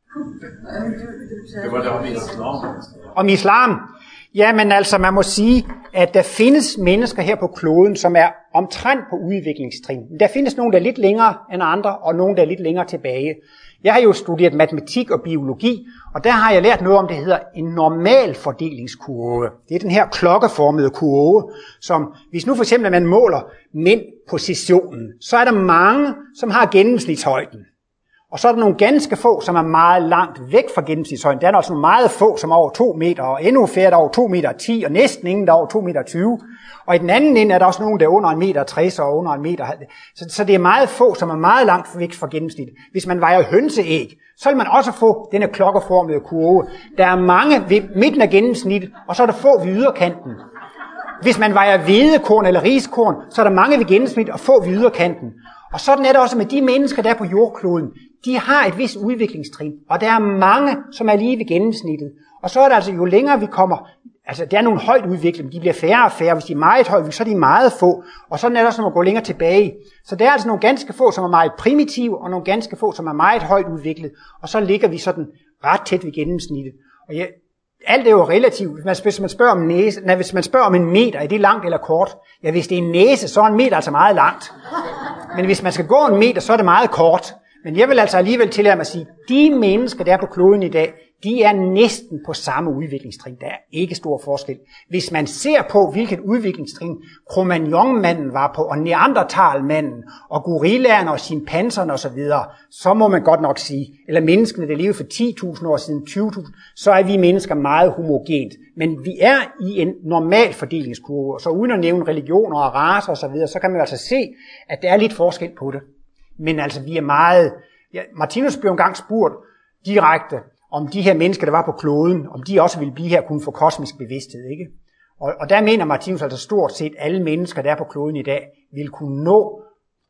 Det var der om islam. Om islam? Jamen altså, man må sige, at der findes mennesker her på kloden, som er omtrent på udviklingstrin. Der findes nogen, der er lidt længere end andre, og nogen, der er lidt længere tilbage. Jeg har jo studeret matematik og biologi, og der har jeg lært noget om, det hedder en normal fordelingskurve. Det er den her klokkeformede kurve, som hvis nu for eksempel man måler mænd på sessionen, så er der mange, som har gennemsnitshøjden. Og så er der nogle ganske få, som er meget langt væk fra gennemsnitshøjden. Der er altså nogle meget få, som er over 2 meter, og endnu færre, der er over 2,10 meter, og næsten ingen, der er over 2,20 meter. Og i den anden ende er der også nogen, der er under 1,60 meter og under 1 meter. Så det er meget få, som er meget langt væk fra gennemsnittet. Hvis man vejer hønseæg, så vil man også få denne klokkeformede kurve. Der er mange ved midten af gennemsnittet, og så er der få ved yderkanten. Hvis man vejer hvedekorn eller riskorn, så er der mange ved gennemsnittet og få ved yderkanten. Og sådan er det også med de mennesker, der er på jordkloden. De har et vist udviklingstrin, og der er mange, som er lige ved gennemsnittet. Og så er det altså, jo længere vi kommer, altså der er nogle højt udviklede, men de bliver færre og færre. Hvis de er meget højt, så er de meget få. Og sådan er det også, når man går længere tilbage. Så der er altså nogle ganske få, som er meget primitive, og nogle ganske få, som er meget højt udviklet. Og så ligger vi sådan ret tæt ved gennemsnittet. Og alt er jo relativt. Hvis man spørger om hvis man spørger om en meter, er det langt eller kort? Ja, hvis det er en næse, så er en meter altså meget langt. Men hvis man skal gå en meter, så er det meget kort. Men jeg vil altså alligevel tillade mig at sige, de mennesker, der er på kloden i dag, de er næsten på samme udviklingstrin. Der er ikke stor forskel. Hvis man ser på, hvilket udviklingstrin Cro-Magnon-manden var på, og Neandertal-manden, og gorillaerne og chimpanserne osv., så må man godt nok sige, eller menneskene, der levede for 10.000 år siden, 20.000, så er vi mennesker meget homogent. Men vi er i en normal fordelingskurve, så uden at nævne religioner og racer osv., så kan man altså se, at der er lidt forskel på det. Men altså, vi er meget... Ja, Martinus blev engang spurgt direkte, om de her mennesker, der var på kloden, om de også ville blive her, kunne få kosmisk bevidsthed, ikke? Og der mener Martinus altså stort set, alle mennesker, der er på kloden i dag, vil kunne nå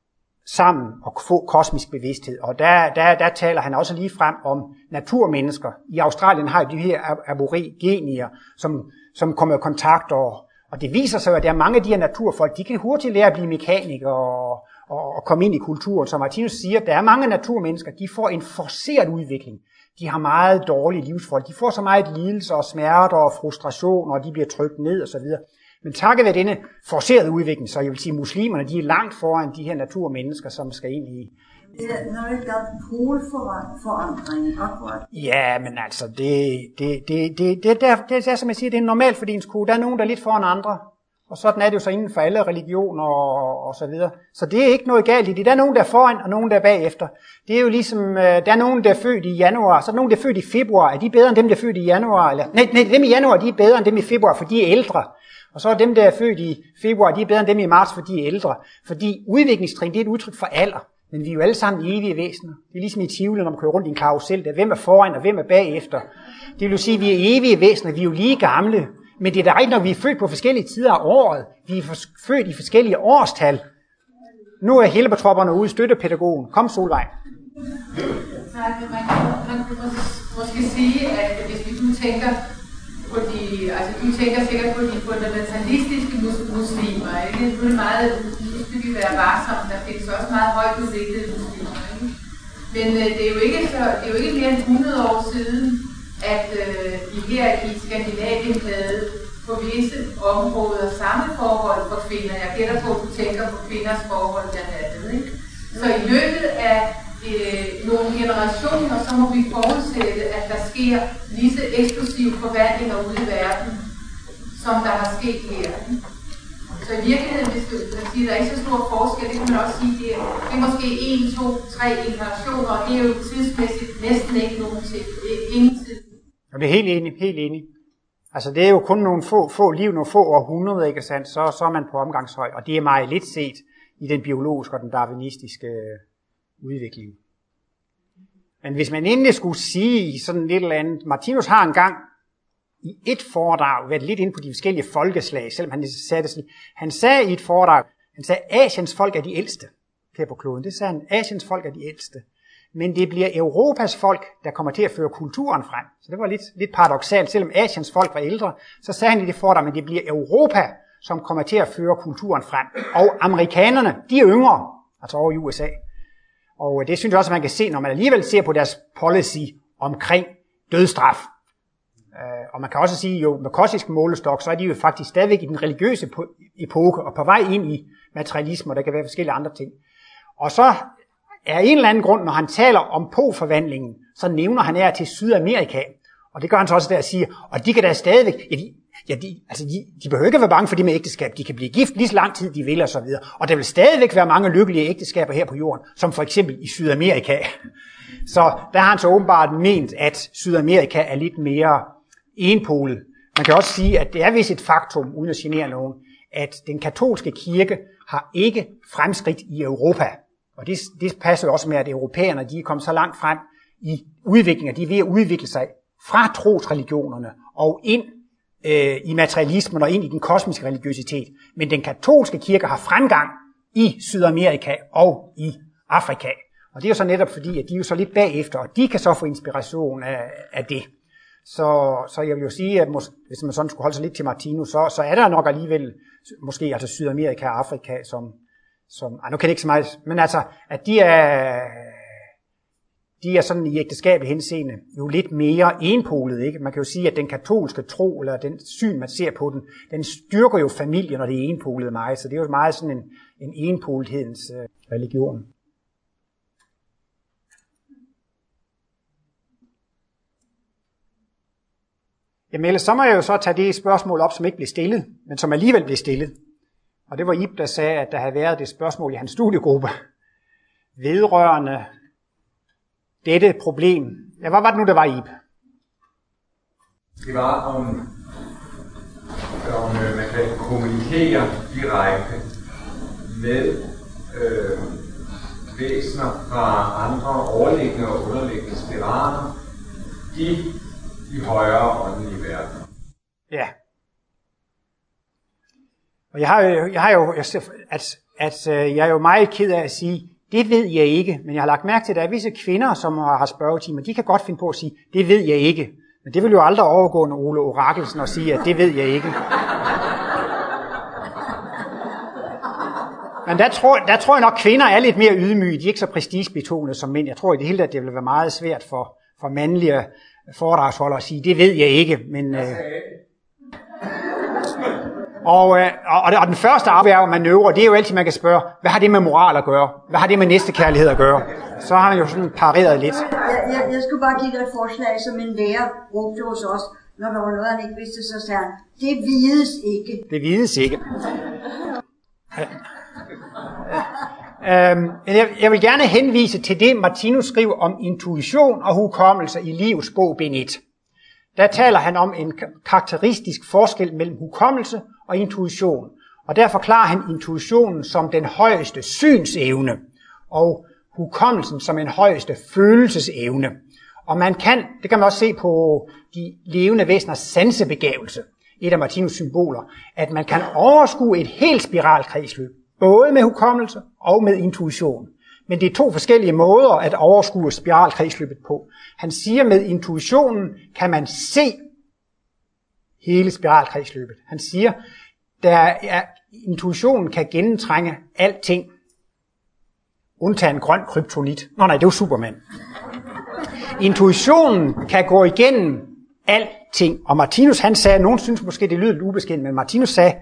sammen og få kosmisk bevidsthed. Og der taler han også lige frem om naturmennesker. I Australien har de her aborigenier, som kommer i kontakt, og det viser sig, at der er mange af de her naturfolk, de kan hurtigt lære at blive mekanikere og komme ind i kulturen. Som Martinus siger, der er mange naturmennesker, de får en forceret udvikling. De har meget dårlige livsforhold. De får så meget lidelse og smerter og frustration, og de bliver trykt ned osv. Men takket være denne forcerede udvikling, så jeg vil sige, muslimerne, de er langt foran de her naturmennesker, som skal ind Når det er polforandring, akkurat. Ja, men altså, det er som jeg siger, det er en normal fordelingskode. Der er nogen, der er lidt foran andre. Og sådan er det jo så inden for alle religioner og så videre. Så det er ikke noget galt i det. Der er nogen, der er foran, og nogen, der er bagefter. Det er jo ligesom, der er nogen, der er født i januar, så er der nogen, der er født i februar. Er de bedre end dem, der er født i januar? Eller, nej, dem i januar, de er bedre end dem i februar, for de er ældre. Og så er dem, der er født i februar, de er bedre end dem i marts, for de er ældre. Fordi udviklingstrin, det er et udtryk for alder. Men vi er jo alle sammen evige væsener. Det er ligesom i Tivoli, når man kører rundt i en karusel. Der hvem er foran, og hvem er bagefter. Det vil jo sige, at vi er evige væsener. Vi er jo lige gamle. Men det er da rigtigt, når vi er født på forskellige tider af året. Vi er født i forskellige årstal. Nu er hjælpetropperne ude, støttepædagogen. Kom, Solvej. Tak. Man kunne måske sige, at hvis vi nu tænker på du tænker sikkert på de fundamentalistiske muslimer, ikke? Nu er det meget, nu skal vi være varsomme, der findes også meget højt udviklede muslimer, ikke? Men det er jo ikke mere end 100 år siden, at vi her i Skandinavien havde på visse områder samme forhold for kvinder. Jeg gætter på, at du tænker på kvinders forhold blandt andet, ikke? Så i løbet af nogle generationer, så må vi forudsætte, at der sker lige så eksplosive forvandlinger ude i verden, som der har sket her. Så i virkeligheden, hvis du kan sige, at der er ikke så stor forskel, det kan man også sige, det er måske 1, 2, 3 inkarnationer, og det er jo tidsmæssigt næsten ikke nogen til, ingen tid. Og det er helt enig. Altså det er jo kun nogle få liv, nogle få århundreder, ikke sandt? Så er man på omgangshøj, og det er meget lidt set i den biologiske og den darwinistiske udvikling. Men hvis man endelig skulle sige sådan lidt eller andet, Martinus har engang i et foredrag været lidt inde på de forskellige folkeslag, selvom han sagde det sådan. Han sagde i et foredrag, han sagde, Asiens folk er de ældste her på kloden. Det sagde han, Asiens folk er de ældste. Men det bliver Europas folk, der kommer til at føre kulturen frem. Så det var lidt paradoksalt. Selvom Asiens folk var ældre, så sagde han i det foredrag, men det bliver Europa, som kommer til at føre kulturen frem. Og amerikanerne, de er yngre, altså over i USA. Og det synes jeg også, at man kan se, når man alligevel ser på deres policy omkring dødsstraf. Og man kan også sige, jo med kosmisk målestok, så er de jo faktisk stadigvæk i den religiøse epoke, og på vej ind i materialisme, og der kan være forskellige andre ting. Og så er en eller anden grund, når han taler om på-forvandlingen, så nævner han her til Sydamerika. Og det gør han så også der at sige, og de kan da stadigvæk, de behøver ikke at være bange for det med ægteskab. De kan blive gift lige så lang tid, de vil og så videre. Og der vil stadigvæk være mange lykkelige ægteskaber her på jorden, som for eksempel i Sydamerika. Så der har han så åbenbart ment, at Sydamerika er lidt mere enpolet. Man kan også sige, at det er vist et faktum, uden at genere nogen, at den katolske kirke har ikke fremskridt i Europa. Og det passer jo også med, at europæerne de er kommet så langt frem i udviklingen, de er ved at udvikle sig fra trosreligionerne og ind i materialismen og ind i den kosmiske religiøsitet. Men den katolske kirke har fremgang i Sydamerika og i Afrika. Og det er jo så netop fordi, at de er jo så lidt bagefter, og de kan så få inspiration af det. Så jeg vil jo sige, at hvis man sådan skulle holde sig lidt til Martinus, så er der nok alligevel måske altså Sydamerika og Afrika, som nu kan det ikke så meget, men altså, at de er sådan i ægteskabelig henseende jo lidt mere enpolet, ikke? Man kan jo sige, at den katolske tro, eller den syn, man ser på den styrker jo familien, når det er enpolet meget, så det er jo meget sådan en enpolethedens religion. Jamen ellers så må jeg jo så tage det spørgsmål op, som ikke blev stillet, men som alligevel blev stillet. Og det var Ib, der sagde, at der havde været det spørgsmål i hans studiegruppe vedrørende dette problem. Ja, hvad var det nu, der var, Ib? Det var, om man kan kommunikere direkte med væsener fra andre overliggende og underliggende spiraler i højere åndelige verden. Ja. Og jeg er jo meget ked af at sige, det ved jeg ikke, men jeg har lagt mærke til, at der er visse kvinder, som har spørgetimer, de kan godt finde på at sige, det ved jeg ikke. Men det vil jo aldrig overgå en Ole Orakelsen og sige, at det ved jeg ikke. Men der tror jeg nok, kvinder er lidt mere ydmyge, de er ikke så prestigebetonede som mænd. Jeg tror i det hele taget, det vil være meget svært for mandlige foredragsholdere at sige, det ved jeg ikke, men... Og den første afværgemanøvre, det er jo altid, man kan spørge, hvad har det med moral at gøre? Hvad har det med næstekærlighed at gøre? Så har man jo sådan pareret lidt. Jeg skulle bare give dig et forslag, som en lærer brugte hos os. Når der var noget, han ikke vidste, så sagde han, det vides ikke. Det vides ikke. Jeg vil gerne henvise til det, Martinus skriver om intuition og hukommelse i Livets bog, bind 1. Der taler han om en karakteristisk forskel mellem hukommelse og intuition. Og der forklarer han intuitionen som den højeste synsevne, og hukommelsen som en højeste følelsesevne. Og det kan man også se på de levende væseners sansebegævelse, et af Martinus symboler, at man kan overskue et helt spiralkredsløb, både med hukommelse og med intuition. Men det er to forskellige måder at overskue spiralkredsløbet på. Han siger, med intuitionen kan man se hele spiralkredsløbet. Han siger, intuitionen kan gennemtrænge alting, undtagen grøn kryptonit. Nej, det er jo Superman. Intuitionen kan gå igennem alting. Og Martinus, han sagde, nogen synes måske, det lyder lidt ubeskendt, men Martinus sagde,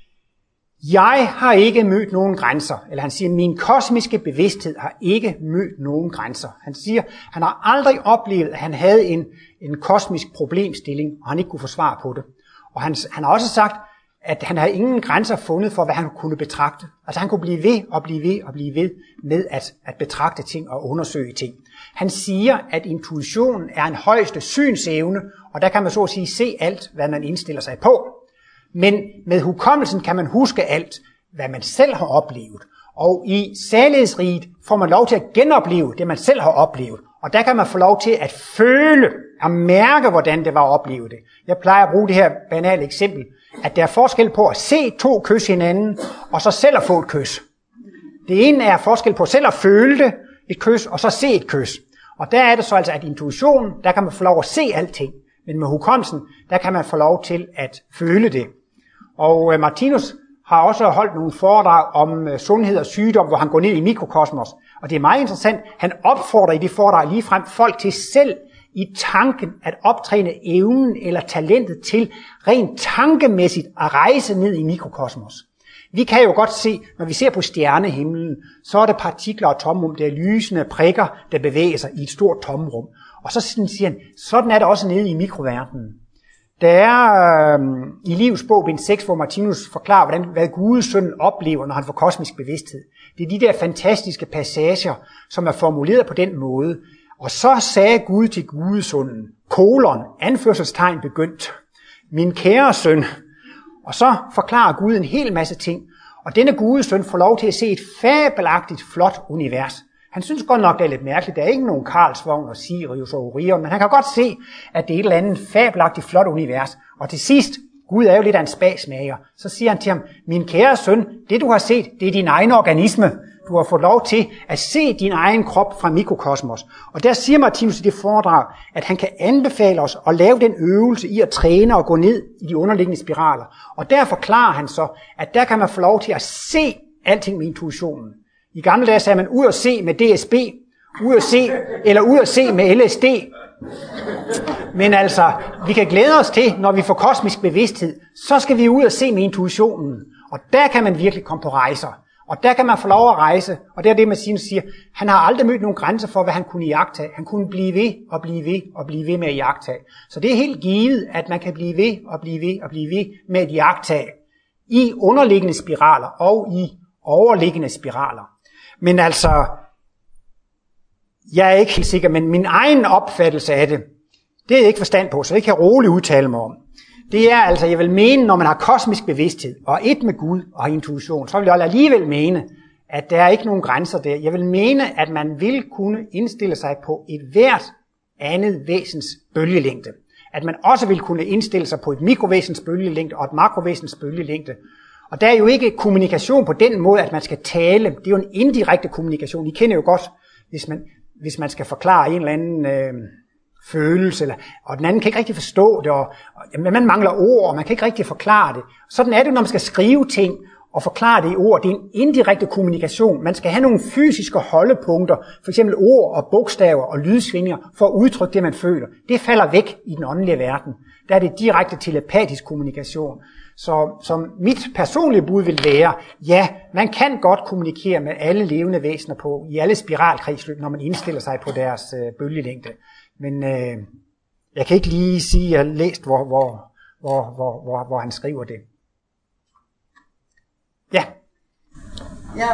jeg har ikke mødt nogen grænser. Eller han siger, min kosmiske bevidsthed har ikke mødt nogen grænser. Han siger, han har aldrig oplevet, at han havde en kosmisk problemstilling, og han ikke kunne få svar på det. Og han har også sagt, at han havde ingen grænser fundet for, hvad han kunne betragte. Altså han kunne blive ved og blive ved og blive ved med at betragte ting og undersøge ting. Han siger, at intuitionen er en højeste synsevne, og der kan man så at sige se alt, hvad man indstiller sig på. Men med hukommelsen kan man huske alt, hvad man selv har oplevet. Og i salighedsriget får man lov til at genopleve det, man selv har oplevet. Og der kan man få lov til at føle og mærke, hvordan det var at opleve det. Jeg plejer at bruge det her banale eksempel, at der er forskel på at se to kys hinanden, og så selv at få et kys. Det ene er forskel på selv at føle det, et kys, og så se et kys. Og der er det så altså, at intuitionen, der kan man få lov at se alting. Men med hukommelsen, der kan man få lov til at føle det. Og Martinus har også holdt nogle foredrag om sundhed og sygdom, hvor han går ned i mikrokosmos. Og det er meget interessant. Han opfordrer i det foredrag ligefrem folk til selv i tanken at optræne evnen eller talentet til rent tankemæssigt at rejse ned i mikrokosmos. Vi kan jo godt se, når vi ser på stjernehimlen, så er det partikler og tomrum, det er lysende prikker, der bevæger sig i et stort tomrum. Og så siger han, sådan er det også nede i mikroverdenen. Der er i Livets bog, bind 6, hvor Martinus forklarer, hvad Guds søn oplever, når han får kosmisk bevidsthed. Det er de der fantastiske passager, som er formuleret på den måde. Og så sagde Gud til Gudesønnen, anførselstegn begyndt, min kære søn. Og så forklarer Gud en hel masse ting. Og denne Gudesøn får lov til at se et fabelagtigt flot univers. Han synes godt nok, det er lidt mærkeligt. Der er ikke nogen Karlsvogn og Sirius og Orion, men han kan godt se, at det er et eller andet fabelagtigt flot univers. Og til sidst, Gud er jo lidt af en spasmager, så siger han til ham, min kære søn, det du har set, det er din egen organisme. Du har fået lov til at se din egen krop fra mikrokosmos. Og der siger Martinus i det foredrag, at han kan anbefale os at lave den øvelse i at træne og gå ned i de underliggende spiraler. Og der forklarer han så, at der kan man få lov til at se alting med intuitionen. I gamle dage sagde man ud at se med DSB, ud at se med LSD. Men altså, vi kan glæde os til, når vi får kosmisk bevidsthed, så skal vi ud og se med intuitionen. Og der kan man virkelig komme på rejser. Og der kan man få lov at rejse, og det er det, Martinus siger. Han har aldrig mødt nogen grænser for, hvad han kunne iagttage. Han kunne blive ved og blive ved og blive ved med at iagttage. Så det er helt givet, at man kan blive ved og blive ved og blive ved med at iagttage i underliggende spiraler og i overliggende spiraler. Men altså, jeg er ikke helt sikker, men min egen opfattelse af det, det er jeg ikke forstand på, så det kan jeg roligt udtale mig om. Det er altså, jeg vil mene, når man har kosmisk bevidsthed, og et med Gud og intuition, så vil jeg alligevel mene, at der er ikke nogen grænser der. Jeg vil mene, at man vil kunne indstille sig på et hvert andet væsens bølgelængde. At man også vil kunne indstille sig på et mikrovæsens bølgelængde og et makrovæsens bølgelængde. Og der er jo ikke kommunikation på den måde, at man skal tale. Det er jo en indirekte kommunikation. I kender jo godt, hvis man skal forklare en eller anden følelse, og den anden kan ikke rigtig forstå det, og man mangler ord, og man kan ikke rigtig forklare det. Sådan er det, når man skal skrive ting, at forklare det i ord. Det er en indirekte kommunikation. Man skal have nogle fysiske holdepunkter, f.eks. ord og bogstaver og lydsvingninger, for at udtrykke det, man føler. Det falder væk i den åndelige verden. Der er det direkte telepatisk kommunikation. Så mit personlige bud vil være, ja, man kan godt kommunikere med alle levende væsener i alle spiralkredsløb, når man indstiller sig på deres bølgelængde. Men jeg kan ikke lige sige, at jeg har læst, hvor han skriver det. Ja. Ja,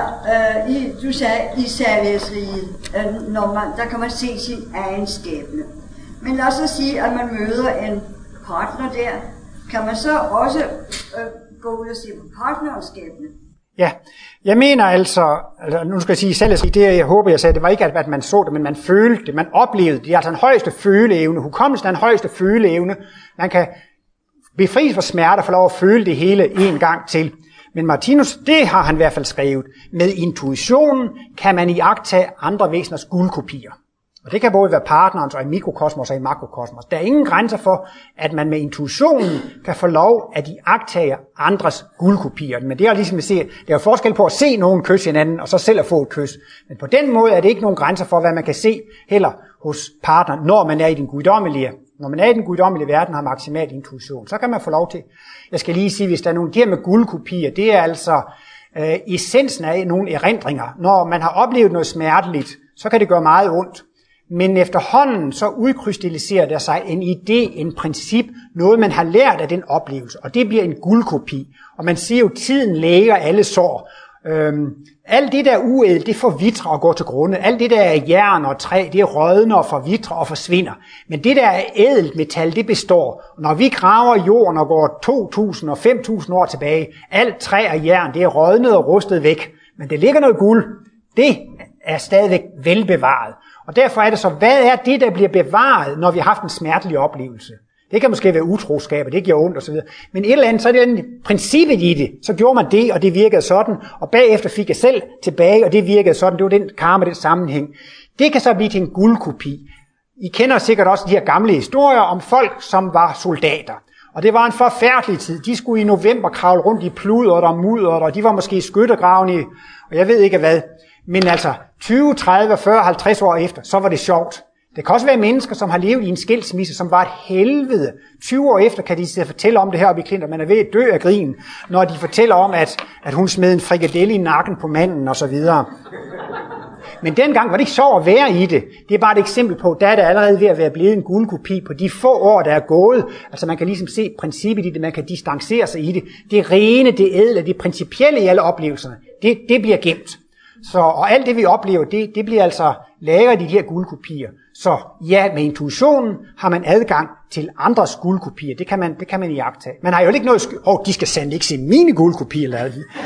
du sagde i Særlighedsriget, der kan man se sin egen skæbne. Men lad os så sige, at man møder en partner der. Kan man så også gå ud og se på partnerens skæbne? Ja, jeg mener altså nu skal jeg sige selv, det jeg håber jeg sagde, det var ikke at man så det, men man følte det, man oplevede det. Det er altså den højeste føleevne, hukommelsen er den højeste føleevne. Man kan befries for smerte, for lov at føle det hele en gang til. Men Martinus, det har han i hvert fald skrevet, med intuitionen kan man iagttage andre væseners guldkopier. Og det kan både være partnerens og i mikrokosmos og i makrokosmos. Der er ingen grænser for, at man med intuitionen kan få lov at iagttage andres guldkopier. Men det er ligesom at se, der er forskel på at se nogen kysse hinanden, og så selv at få et kys. Men på den måde er det ikke nogen grænser for, hvad man kan se heller hos partneren, når man er i den guddommelige. Når man er i den guddommelige verden, har maksimal intuition, så kan man få lov til. Jeg skal lige sige, hvis der er nogle der med guldkopier, det er altså essensen af nogle erindringer. Når man har oplevet noget smerteligt, så kan det gøre meget ondt. Men efterhånden så udkrystalliserer der sig en idé, en princip, noget man har lært af den oplevelse, og det bliver en guldkopi. Og man siger jo, at tiden læger alle sår. Alt det der uædelt, det forvitrer og går til grunde. Alt det der er jern og træ, det rådner og forvitrer og forsvinder. Men det der er ædelt metal, det består. Når vi graver jorden og går 2.000 og 5.000 år tilbage, alt træ og jern, det er rådnet og rustet væk. Men det ligger noget guld. Det er stadigvæk velbevaret. Og derfor er det så, hvad er det, der bliver bevaret, når vi har haft en smertelig oplevelse? Det kan måske være utroskab, og det giver ondt osv. Men et eller andet, så er det princippet i det. Så gjorde man det, og det virkede sådan. Og bagefter fik jeg selv tilbage, og det virkede sådan. Det var den karma, den sammenhæng. Det kan så blive til en guldkopi. I kender sikkert også de her gamle historier om folk, som var soldater. Og det var en forfærdelig tid. De skulle i november kravle rundt i pludret og mudderet, og de var måske i skyttegraven og jeg ved ikke hvad. Men altså 20, 30, 40, 50 år efter, så var det sjovt. Det kan også være mennesker, som har levet i en skilsmisse, som var et helvede. 20 år efter kan de sidde og fortælle om det her oppe i Klint, og man er ved at dø af grin, når de fortæller om, at hun smed en frikadelle i nakken på manden og så videre. Men dengang var det ikke sjovt at være i det. Det er bare et eksempel på, der er det allerede ved at være blevet en guldkopi på de få år, der er gået. Altså man kan ligesom se princippet i det, man kan distancere sig i det. Det rene, det ædle, det principielle i alle oplevelserne, det bliver gemt. Og alt det vi oplever, det bliver altså lagret i de her guldkopier. Så ja, med intuitionen har man adgang til andres guldkopier. Det kan man iagttage. Man har jo ikke noget de skal sandelig ikke se mine guldkopier.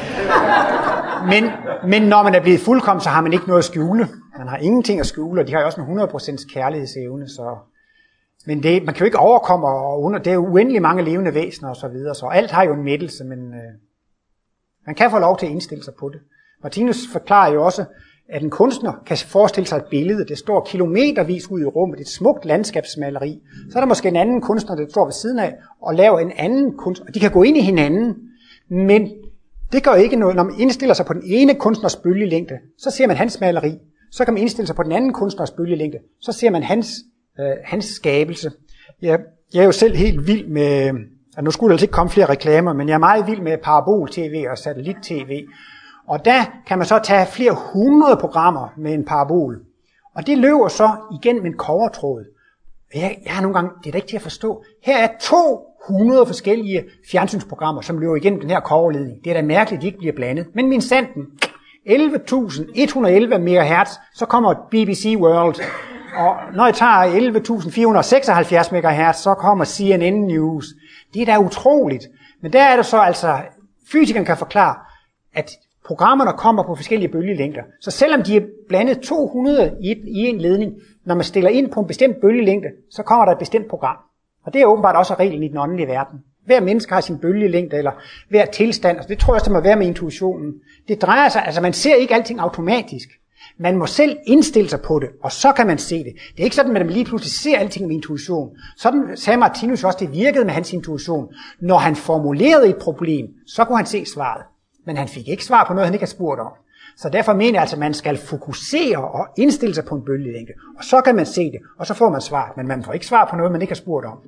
Men når man er blevet fuldkommen, så har man ikke noget at skjule. Man har ingenting at skjule, og de har jo også en 100% kærlighedsevne. Men man kan jo ikke overkomme, og det er jo uendelig mange levende væsener og så videre. Så alt har jo en mættelse, men man kan få lov til at indstille sig på det. Martinus forklarer jo også, at en kunstner kan forestille sig et billede, det står kilometervis ud i rummet, et smukt landskabsmaleri. Så er der måske en anden kunstner, der står ved siden af, og laver en anden kunst, og de kan gå ind i hinanden, men det gør ikke noget. Når man indstiller sig på den ene kunstners bølgelængde, så ser man hans maleri. Så kan man indstille sig på den anden kunstners bølgelængde, så ser man hans skabelse. Jeg er jo selv helt vild med, nu skulle der altså ikke komme flere reklamer, men jeg er meget vild med parabol-tv og satellit-tv. Og der kan man så tage flere hundrede programmer med en parabol. Og det løber så igennem en kobbertråd. Jeg har nogle gange, det er da ikke til at forstå. Her er 200 forskellige fjernsynsprogrammer, som løber igennem den her kobberledning. Det er da mærkeligt, at de ikke bliver blandet. Men min sanden, 11.111 MHz, så kommer BBC World. Og når jeg tager 11.476 MHz, så kommer CNN News. Det er da utroligt. Men der er det så altså, fysikeren kan forklare, at programmerne kommer på forskellige bølgelængder. Så selvom de er blandet 200 i en ledning, når man stiller ind på en bestemt bølgelængde, så kommer der et bestemt program. Og det er åbenbart også reglen i den åndelige verden. Hver menneske har sin bølgelængde, eller hver tilstand. Altså det tror jeg også, det må være med intuitionen. Det drejer sig, altså man ser ikke alting automatisk. Man må selv indstille sig på det, og så kan man se det. Det er ikke sådan, at man lige pludselig ser alting med intuition. Sådan sagde Martinus også, det virkede med hans intuition. Når han formulerede et problem, så kunne han se svaret. men han fik ikke svar på noget, han ikke har spurgt om. Så derfor mener jeg altså, at man skal fokusere og indstille sig på en bølgelængde, og så kan man se det, og så får man svar, men man får ikke svar på noget, man ikke har spurgt om.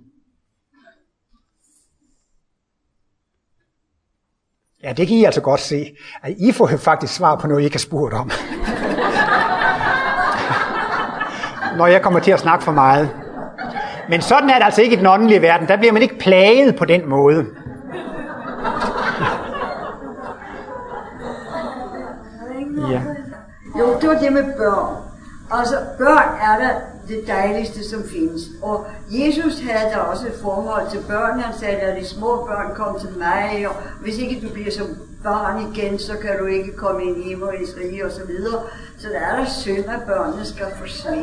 Ja, det kan I altså godt se, at I får jo faktisk svar på noget, I ikke har spurgt om. Når jeg kommer til at snakke for meget. Men sådan er det altså ikke i den åndelige verden. Der bliver man ikke plaget på den måde. Ja. Jo, det var det med børn. Altså, børn er da det dejligste, som findes. Og Jesus havde da også et forhold til børn. Han sagde, at de små børn kom til mig, og hvis ikke du bliver som barn igen, så kan du ikke komme ind i himmerigets rige, og så videre. Så der er der synd, at børnene skal forsvinde.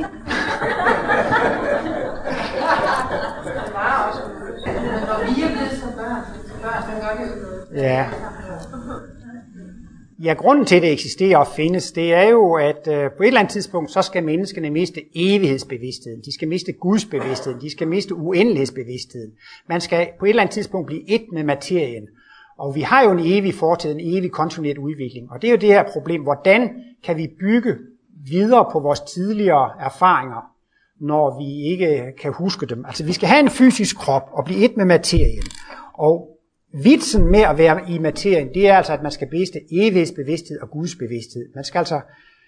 Det var også når vi er blevet som børn, så gør det jo noget. Ja. Ja, grunden til, at det eksisterer og findes, det er jo, at på et eller andet tidspunkt, så skal menneskene miste evighedsbevidstheden. De skal miste Guds bevidstheden. De skal miste uendelighedsbevidstheden. Man skal på et eller andet tidspunkt blive et med materien. Og vi har jo en evig fortid, en evig kontinuerlig udvikling. Og det er jo det her problem. Hvordan kan vi bygge videre på vores tidligere erfaringer, når vi ikke kan huske dem? Altså, vi skal have en fysisk krop og blive et med materien. Og vitsen med at være i materien, det er altså, at man skal miste evighedsbevidsthed og Guds bevidsthed. Man skal altså,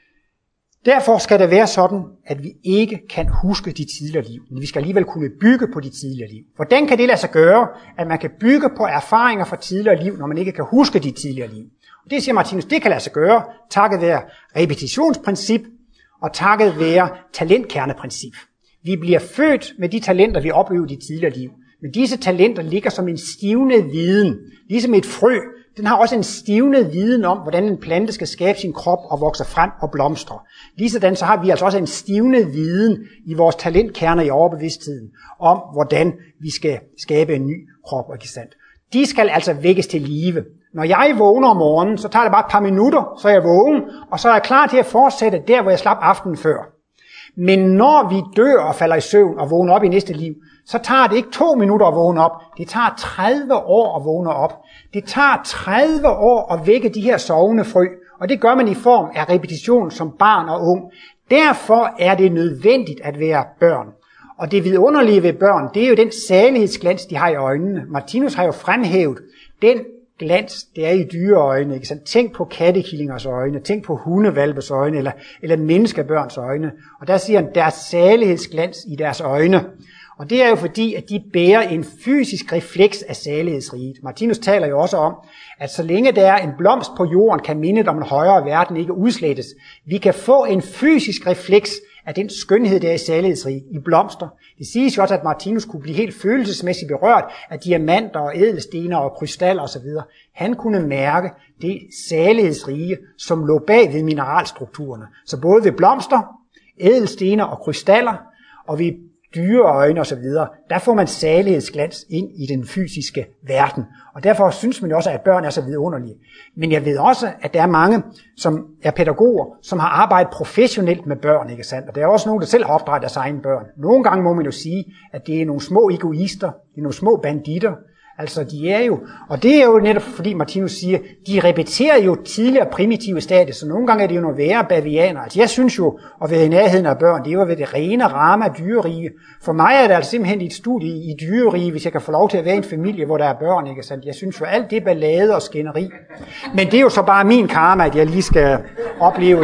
derfor skal det være sådan, at vi ikke kan huske de tidligere liv, men vi skal alligevel kunne bygge på de tidligere liv. Hvordan kan det lade sig gøre, at man kan bygge på erfaringer fra tidligere liv, når man ikke kan huske de tidligere liv? Og det siger Martinus, det kan lade sig gøre, takket være repetitionsprincip og takket være talentkerneprincip. Vi bliver født med de talenter, vi oplevede i de tidligere liv. Men disse talenter ligger som en stivnet viden, ligesom et frø. Den har også en stivnet viden om, hvordan en plante skal skabe sin krop og vokse frem og blomstre. Ligesådan så har vi altså også en stivnet viden i vores talentkerner i overbevidstheden om, hvordan vi skal skabe en ny krop, ikke sandt? De skal altså vækkes til live. Når jeg vågner om morgenen, så tager det bare et par minutter, så er jeg vågen, og så er jeg klar til at fortsætte der, hvor jeg slap aftenen før. Men når vi dør og falder i søvn og vågner op i næste liv, så tager det ikke 2 minutter at vågne op. Det tager 30 år at vågne op. Det tager 30 år at vække de her sovende frø, og det gør man i form af repetition som barn og ung. Derfor er det nødvendigt at være børn. Og det vidunderlige ved børn, det er jo den salighedsglans, de har i øjnene. Martinus har jo fremhævet den glans, det er i dyreøjne. Ikke sandt? Tænk på kattekillingers øjne, tænk på hundevalpes øjne, eller menneskebørns øjne. Og der siger han, der er salighedsglans i deres øjne. Og det er jo fordi, at de bærer en fysisk refleks af salighedsriget. Martinus taler jo også om, at så længe der er en blomst på jorden, kan mindet om en højere verden ikke udslettes. Vi kan få en fysisk refleks af den skønhed, der er i salighedsriget, i blomster. Det siges jo også, at Martinus kunne blive helt følelsesmæssigt berørt af diamanter og ædelstener og krystaller osv. Han kunne mærke det salighedsrige, som lå bag ved mineralstrukturerne. Så både ved blomster, ædelstener og krystaller, og ved dyreøjne og så videre, der får man salighedsglans ind i den fysiske verden. Og derfor synes man også, at børn er så vidunderlige. Men jeg ved også, at der er mange, som er pædagoger, som har arbejdet professionelt med børn, ikke sandt? Og der er også nogen, der selv har opdraget deres egne børn. Nogle gange må man jo sige, at det er nogle små egoister, det er nogle små banditter. Altså de er jo, og det er jo netop fordi Martinus siger, de repeterer jo tidligere primitive stadier, så nogle gange er det jo nogle værre bavianer. Altså jeg synes jo, at være i nærheden af børn, det er jo ved det rene ramme af dyrerige. For mig er det altså simpelthen et studie i dyrerige, hvis jeg kan få lov til at være i en familie, hvor der er børn, ikke sandt? Jeg synes jo alt det ballade og skænderi. Men det er jo så bare min karma, at jeg lige skal opleve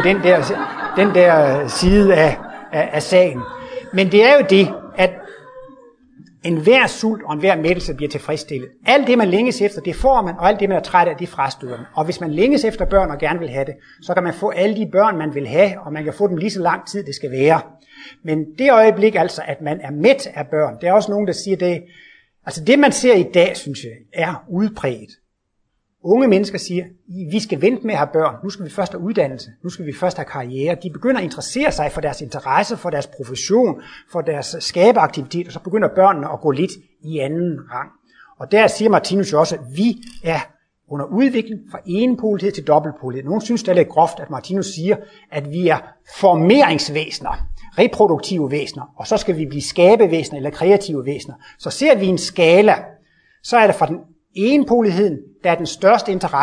den der side af sagen. Men det er jo det, at enhver sult og enhver mættelse bliver tilfredsstillet. Alt det, man længes efter, det får man, og alt det, man er træt af, det frastøder man. Og hvis man længes efter børn og gerne vil have det, så kan man få alle de børn, man vil have, og man kan få dem lige så lang tid, det skal være. Men det øjeblik altså, at man er mæt af børn, det er også nogen, der siger det. Altså det, man ser i dag, synes jeg, er udpræget. Unge mennesker siger, vi skal vente med at have børn, nu skal vi først have uddannelse, nu skal vi først have karriere. De begynder at interessere sig for deres interesse, for deres profession, for deres skabeaktivitet, og så begynder børnene at gå lidt i anden rang. Og der siger Martinus jo også, at vi er under udvikling fra enpolighed til dobbeltpolighed. Nogle synes, det er lidt groft, at Martinus siger, at vi er formeringsvæsener, reproduktive væsener, og så skal vi blive skabevæsener eller kreative væsener. Så ser vi en skala, så er det fra den enpoligheden, der er den største interesse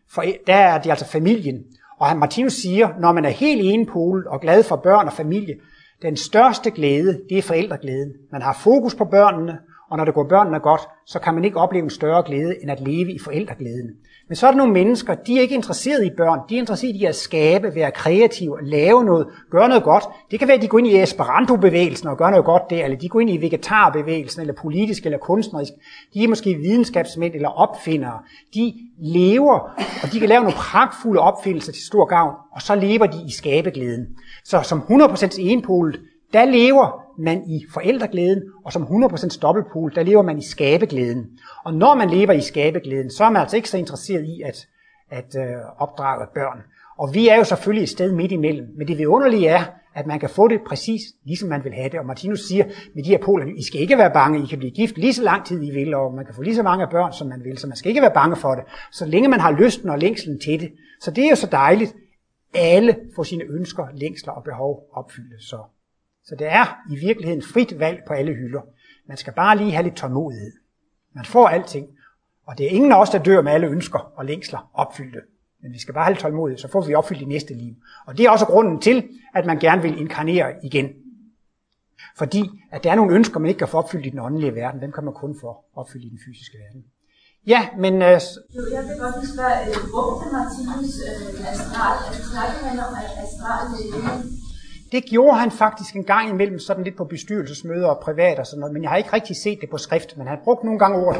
der er det altså familien. Og Martinus siger, når man er helt enpolet og glad for børn og familie, den største glæde, det er forældreglæden. Man har fokus på børnene, og når det går børnene godt, så kan man ikke opleve en større glæde, end at leve i forældreglæden. Men så er der nogle mennesker, de er ikke interesserede i børn, de er interesserede i at skabe, være kreative, lave noget, gøre noget godt. Det kan være, at de går ind i Esperanto-bevægelsen og gør noget godt der, eller de går ind i vegetarbevægelsen, eller politisk, eller kunstnerisk. De er måske videnskabsmænd eller opfindere. De lever, og de kan lave nogle pragtfulde opfindelser til stor gavn, og så lever de i skabeglæden. Så som 100% enpolet, der lever man i forældreglæden, og som 100% dobbeltpol, der lever man i skabeglæden. Og når man lever i skabeglæden, så er man altså ikke så interesseret i at opdrage børn. Og vi er jo selvfølgelig et sted midt imellem, men det vidunderlige er, at man kan få det præcis ligesom man vil have det. Og Martinus siger med de her poler, I skal ikke være bange, I kan blive gift lige så lang tid I vil, og man kan få lige så mange børn som man vil, så man skal ikke være bange for det, så længe man har lysten og længslen til det. Så det er jo så dejligt, alle får sine ønsker, længsler og behov opfyldt. Så det er i virkeligheden frit valg på alle hylder. Man skal bare lige have lidt tålmodighed. Man får alting, og det er ingen af os, der dør med alle ønsker og længsler opfyldte. Men vi skal bare have lidt tålmodighed, så får vi opfyldt det næste liv. Og det er også grunden til, at man gerne vil inkarnere igen. Fordi at der er nogle ønsker, man ikke kan få opfyldt i den åndelige verden, dem kan man kun få opfyldt i den fysiske verden. Ja, men... Jeg vil godt lige spørge, brugte Martinus astral? Snakkede han om astral læge? Det gjorde han faktisk en gang imellem, sådan lidt på bestyrelsesmøder og privat og sådan noget, men jeg har ikke rigtig set det på skrift, men han brugte nogle gange ordet.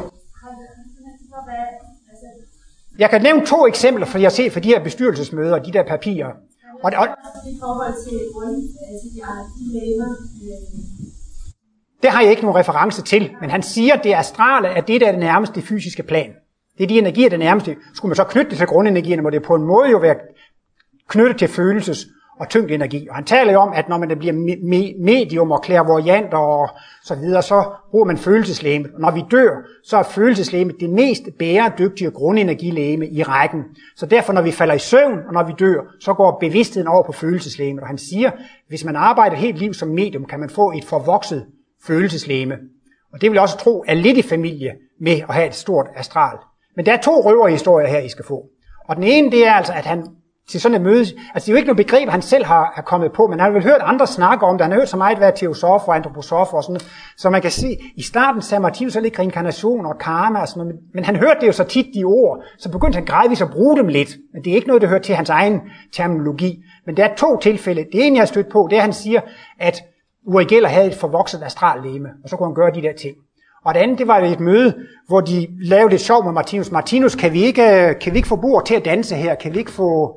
Jeg kan nævne 2 eksempler, for jeg har set for de her bestyrelsesmøder og de der papirer. Og i forhold til de lever. Det har jeg ikke nogen reference til, men han siger, at det astrale er det, der er det nærmeste fysiske plan. Det er de energier, der nærmeste. Skulle man så knytte det til grundenergierne, må det på en måde jo være knyttet til følelses- og tyngdenergi. Og han taler jo om, at når man bliver medium og clairvoyant og så videre, så bruger man følelseslægemet. Og når vi dør, så er følelseslægemet det mest bæredygtige grundenergilægeme i rækken. Så derfor, når vi falder i søvn, og når vi dør, så går bevidstheden over på følelseslægemet. Og han siger, at hvis man arbejder et helt liv som medium, kan man få et forvokset følelseslægeme. Og det vil jeg også tro er lidt i familie med at have et stort astral. Men der er 2 røverhistorier her, I skal få. Og den ene, det er altså, at han til sådan et møde, altså det er jo ikke noget begreb, han selv har kommet på, men han har vel hørt andre snakke om det, han har hørt så meget være teosofer og antroposofer og sådan noget, så man kan se, i starten sagde Martinus så lidt reinkarnation og karma og sådan noget, men han hørte det jo så tit de ord, så begyndte han gradvist at bruge dem lidt, men det er ikke noget, der hører til hans egen terminologi, men der er 2 tilfælde. Det ene, jeg har stødt på, det er, at han siger, at Uri Geller havde et forvokset astrallegeme, og så kunne han gøre de der ting. Og det andet, det var et møde, hvor de lavede et sjov med Martinus. Martinus, kan vi ikke få bord til at danse her? Kan vi ikke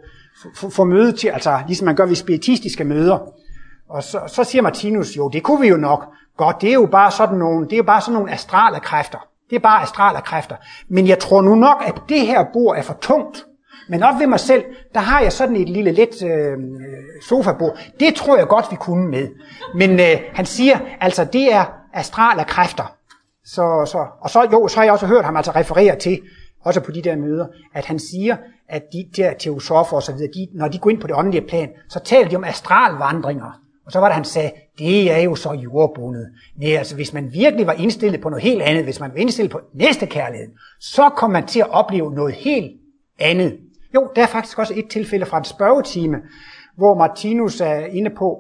få møde til, altså ligesom man gør ved spiritistiske møder? Og så siger Martinus, jo, det kunne vi jo nok. Godt, det er jo bare sådan nogle astrale kræfter. Det er bare astrale kræfter. Men jeg tror nu nok, at det her bord er for tungt. Men op ved mig selv, der har jeg sådan et lille let sofabord. Det tror jeg godt, vi kunne med. Men han siger, altså det er astrale kræfter. Så har jeg også hørt ham altså referere til, også på de der møder, at han siger, at de der teosofer og så videre, når de går ind på det åndelige plan, så taler de om astralvandringer. Og så var det, han sagde, det er jo så jordbundet. Nej, altså hvis man virkelig var indstillet på noget helt andet, hvis man var indstillet på næstekærligheden, så kom man til at opleve noget helt andet. Jo, der er faktisk også et tilfælde fra en spørgetime, hvor Martinus er inde på,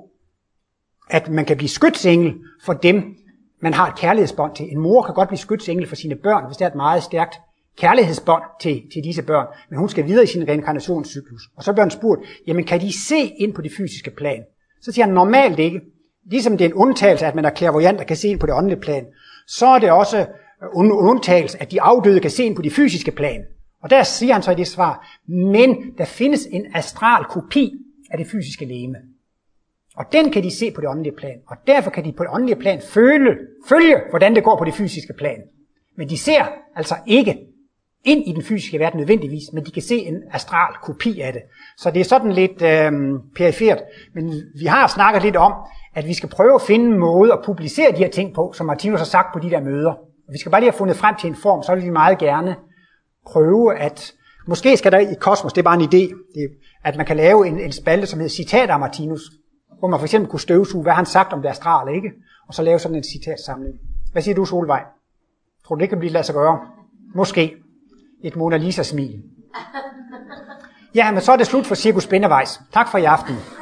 at man kan blive skytsengel for dem, man har et kærlighedsbånd til. En mor kan godt blive skytsengel for sine børn, hvis det er et meget stærkt kærlighedsbånd til disse børn, men hun skal videre i sin reinkarnationscyklus. Og så bliver han spurgt, jamen kan de se ind på det fysiske plan? Så siger han, normalt ikke. Ligesom det er en undtagelse, at man er clairvoyant og kan se ind på det åndelige plan, så er det også en undtagelse, at de afdøde kan se ind på det fysiske plan. Og der siger han så i det svar, men der findes en astral kopi af det fysiske legeme. Og den kan de se på det åndelige plan, og derfor kan de på det åndelige plan følge, hvordan det går på det fysiske plan. Men de ser altså ikke ind i den fysiske verden nødvendigvis, men de kan se en astral kopi af det. Så det er sådan lidt perifert, men vi har snakket lidt om, at vi skal prøve at finde en måde at publicere de her ting på, som Martinus har sagt på de der møder. Vi skal bare lige have fundet frem til en form, så vil vi meget gerne prøve at, måske skal der i Kosmos, det er bare en idé, at man kan lave en spalte, som hedder Citater af Martinus, hvor man for eksempel kunne støvsuge, hvad han sagt om det astrale, ikke? Og så lave sådan en citatsamling. Hvad siger du, Solvej? Tror du, det kan blive lade sig gøre? Måske. Et Mona Lisa-smil. Ja, men så er det slut for Cirkus Spændevejs. Tak for i aften.